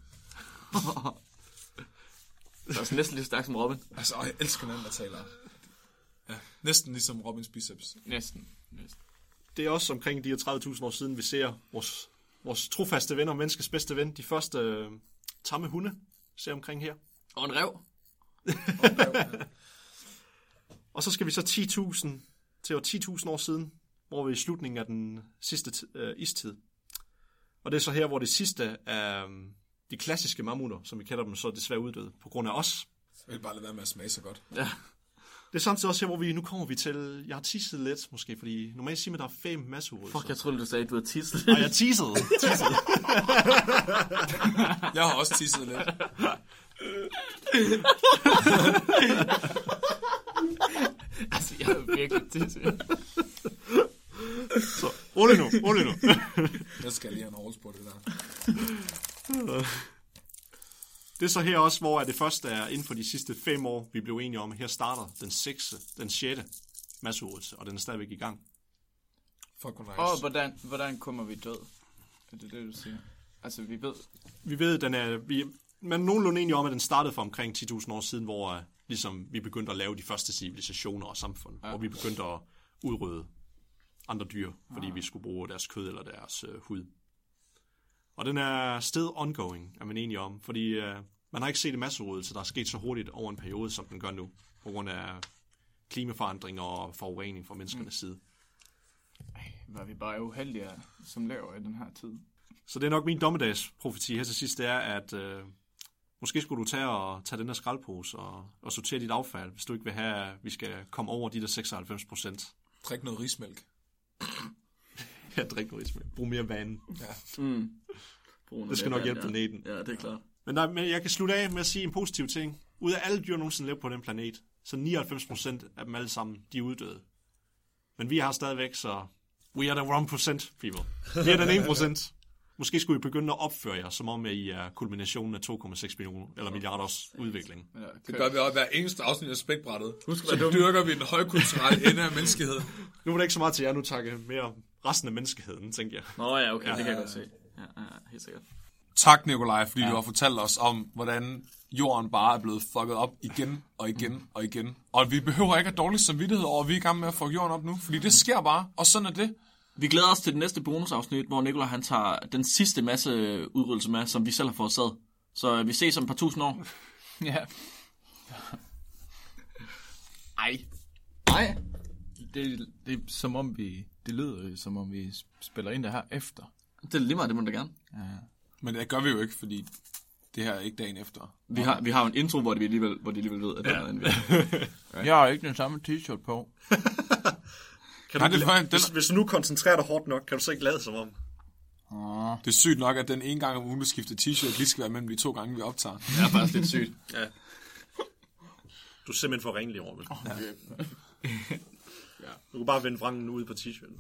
Speaker 2: Det er også næsten lige stærkt som Robin.
Speaker 1: Altså, jeg elsker neandertalere. Ja, næsten ligesom Robins biceps.
Speaker 3: Næsten.
Speaker 4: Det er også omkring de her 30.000 år siden, vi ser vores vores trofaste venner og menneskets bedste ven. De første tamme hunde ser omkring her.
Speaker 2: Og en rev.
Speaker 4: Og så skal vi så 10.000 til 10.000 år siden, hvor vi er i slutningen af den sidste istid. Og det er så her, hvor det sidste af de klassiske mammutter, som vi kender dem, så er desværre uddøde på grund af os.
Speaker 1: Jeg vil bare lade være med at smage så godt.
Speaker 2: Ja.
Speaker 4: Det er samtidig også her, hvor nu kommer vi til... Jeg har teaset lidt, måske, fordi normalt siger man, at der er 5 masseudryddelser.
Speaker 2: Fuck, jeg troede, du sagde, at du havde tisset.
Speaker 4: Nej, jeg teasede.
Speaker 1: Jeg har også tisset lidt.
Speaker 3: Altså, jeg har virkelig tisset.
Speaker 4: Så, rolig nu.
Speaker 1: Jeg skal lige have en overspor det der.
Speaker 4: Det er så her også, hvor det første er inden for de sidste 5 år, vi blev enige om, at her starter den 6. masseudryddelse, og den er stadigvæk i gang.
Speaker 1: Fuck, nice.
Speaker 3: Og hvordan kommer vi død? Er det det, du siger? Altså,
Speaker 4: Vi ved, man er nogenlunde enige om, at den startede for omkring 10.000 år siden, hvor ligesom, vi begyndte at lave de første civilisationer og samfund, hvor vi begyndte at udrydde andre dyr, fordi vi skulle bruge deres kød eller deres hud. Og den er still ongoing, er man enige om, fordi man har ikke set en masseudryddelse, der er sket så hurtigt over en periode, som den gør nu, på grund af klimaforandringer og forurening fra menneskernes side.
Speaker 3: var vi bare uheldige, som lever i den her tid.
Speaker 4: Så det er nok min dommedagsprofeti her til sidst, det er, at måske skulle du tage den der skraldpose og sortere dit affald, hvis du ikke vil have, at vi skal komme over de der 96%.
Speaker 1: Drik noget rismælk.
Speaker 4: Ja, drik noget rismælk. Brug mere vand.
Speaker 1: Ja.
Speaker 4: Det skal nok hjælpe planeten.
Speaker 2: Ja, det er klart.
Speaker 4: Men jeg kan slutte af med at sige en positiv ting. Ud af alle dyr, nogensinde lever på den planet, så 99% af dem alle sammen, de er uddøde. Men vi har stadigvæk, så we are the 1%, people. Vi er den 1%. Måske skulle I begynde at opføre jer, som om I er kulminationen af 2,6 milliarders udvikling.
Speaker 3: Ja,
Speaker 1: Det gør vi også hver eneste afsnit af Spækbrættet. Så dyrker vi den højkulturelle ende af menneskeheden.
Speaker 4: Nu var det ikke så meget til jer, nu takker mere resten af menneskeheden, tænker jeg.
Speaker 2: Nå ja, okay, det kan jeg godt se. Ja, helt sikkert.
Speaker 1: Tak, Nikolaj, fordi du har fortalt os om, hvordan jorden bare er blevet fucket op igen og igen og igen. Og vi behøver ikke have dårlig samvittighed over, at vi er i gang med at fuck jorden op nu, fordi det sker bare, og sådan er det.
Speaker 2: Vi glæder os til det næste bonusafsnit, hvor Nikolaj han tager den sidste masse udryddelse med, som vi selv har forårsaget. Så vi ses om et par tusind år.
Speaker 3: Ja.
Speaker 2: Ej.
Speaker 3: Det er som om det lyder som om vi spiller ind det her efter.
Speaker 2: Det er lige meget, det må du da gerne.
Speaker 3: Ja.
Speaker 1: Men det gør vi jo ikke, fordi det her er ikke dagen efter.
Speaker 2: Vi har jo en intro, hvor de alligevel ved, at det er en video.
Speaker 3: Jeg har ikke den samme t-shirt på.
Speaker 4: Hvis du nu koncentrerer dig hårdt nok, kan du så ikke lade som om?
Speaker 1: Det er sygt nok, at den ene gang om ugen, du skifter t-shirt, lige skal være mellem de 2 gange, vi optager.
Speaker 2: Det er faktisk lidt sygt.
Speaker 4: Ja. Du er simpelthen for renlig over det. Ja. Du kan bare vende vrangen ud på t-shirten.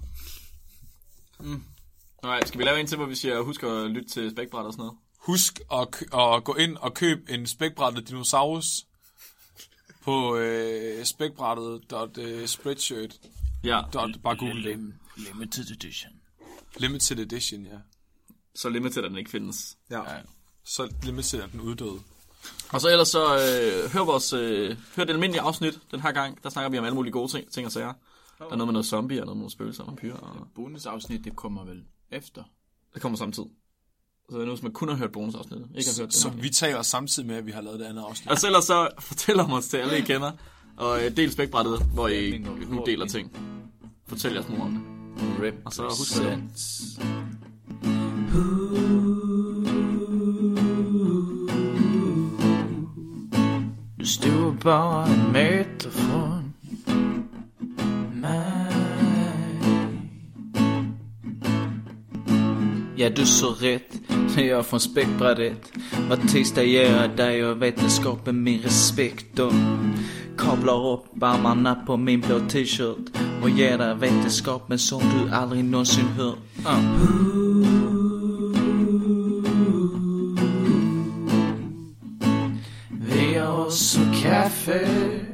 Speaker 2: Alright, skal vi lave en til, hvor vi siger, husk at lytte til Spækbræt og sådan noget?
Speaker 1: Husk at gå ind og købe en spækbrættet dinosaurus på spækbrættet.spreadshirt.
Speaker 2: Ja.
Speaker 1: Bare google det.
Speaker 3: Limited edition.
Speaker 1: Limited edition, ja.
Speaker 2: Så limited, at den ikke findes.
Speaker 1: Ja. Så limited, at den uddøde.
Speaker 2: Og så ellers så hør det almindelige afsnit den her gang. Der snakker vi om alle mulige gode ting og sager. Der er noget med noget zombie og noget med nogle spøgelser og vampyrer. Og...
Speaker 3: Bonusafsnit, det kommer vel efter?
Speaker 2: Det kommer samtidig. Så det er noget, som man kun har hørt bonusafsnittet. Ikke har hørt det.
Speaker 1: Så vi taler samtidig med, at vi har lavet det andet afsnit.
Speaker 2: Og så ellers så fortæl om os til alle, I kender. Og del Spækbrættet, hvor I nu deler ting. Fortæl jeres mor om det. Og så husk det.
Speaker 3: Du stod bare en meter fra mig. Ja, du så rätt. Jag är från Späkbrättet. Var tisdag ger dig och vetenskapen min respekt och kablar upp armarna på min blå t-shirt och ger dig vetenskapen som du aldrig någonsin hört. Vi har också kaffe,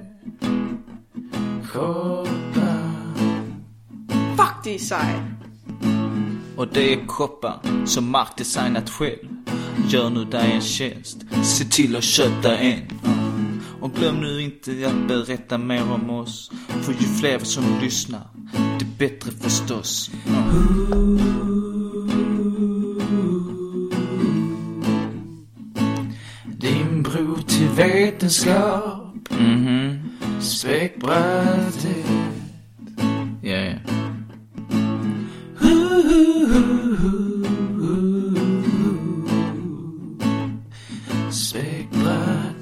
Speaker 3: koppar.
Speaker 5: Fuck, det är sej.
Speaker 3: Och det är koppar som Mark designat själv. Gör nu dig en tjänst, se till att köpa en. Och glöm nu inte att berätta mer om oss. För ju fler som lyssnar, det bättre förstås. videnskab. Spækbrættet. Ja.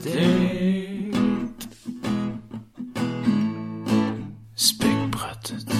Speaker 3: Spækbrættet. Spækbrættet.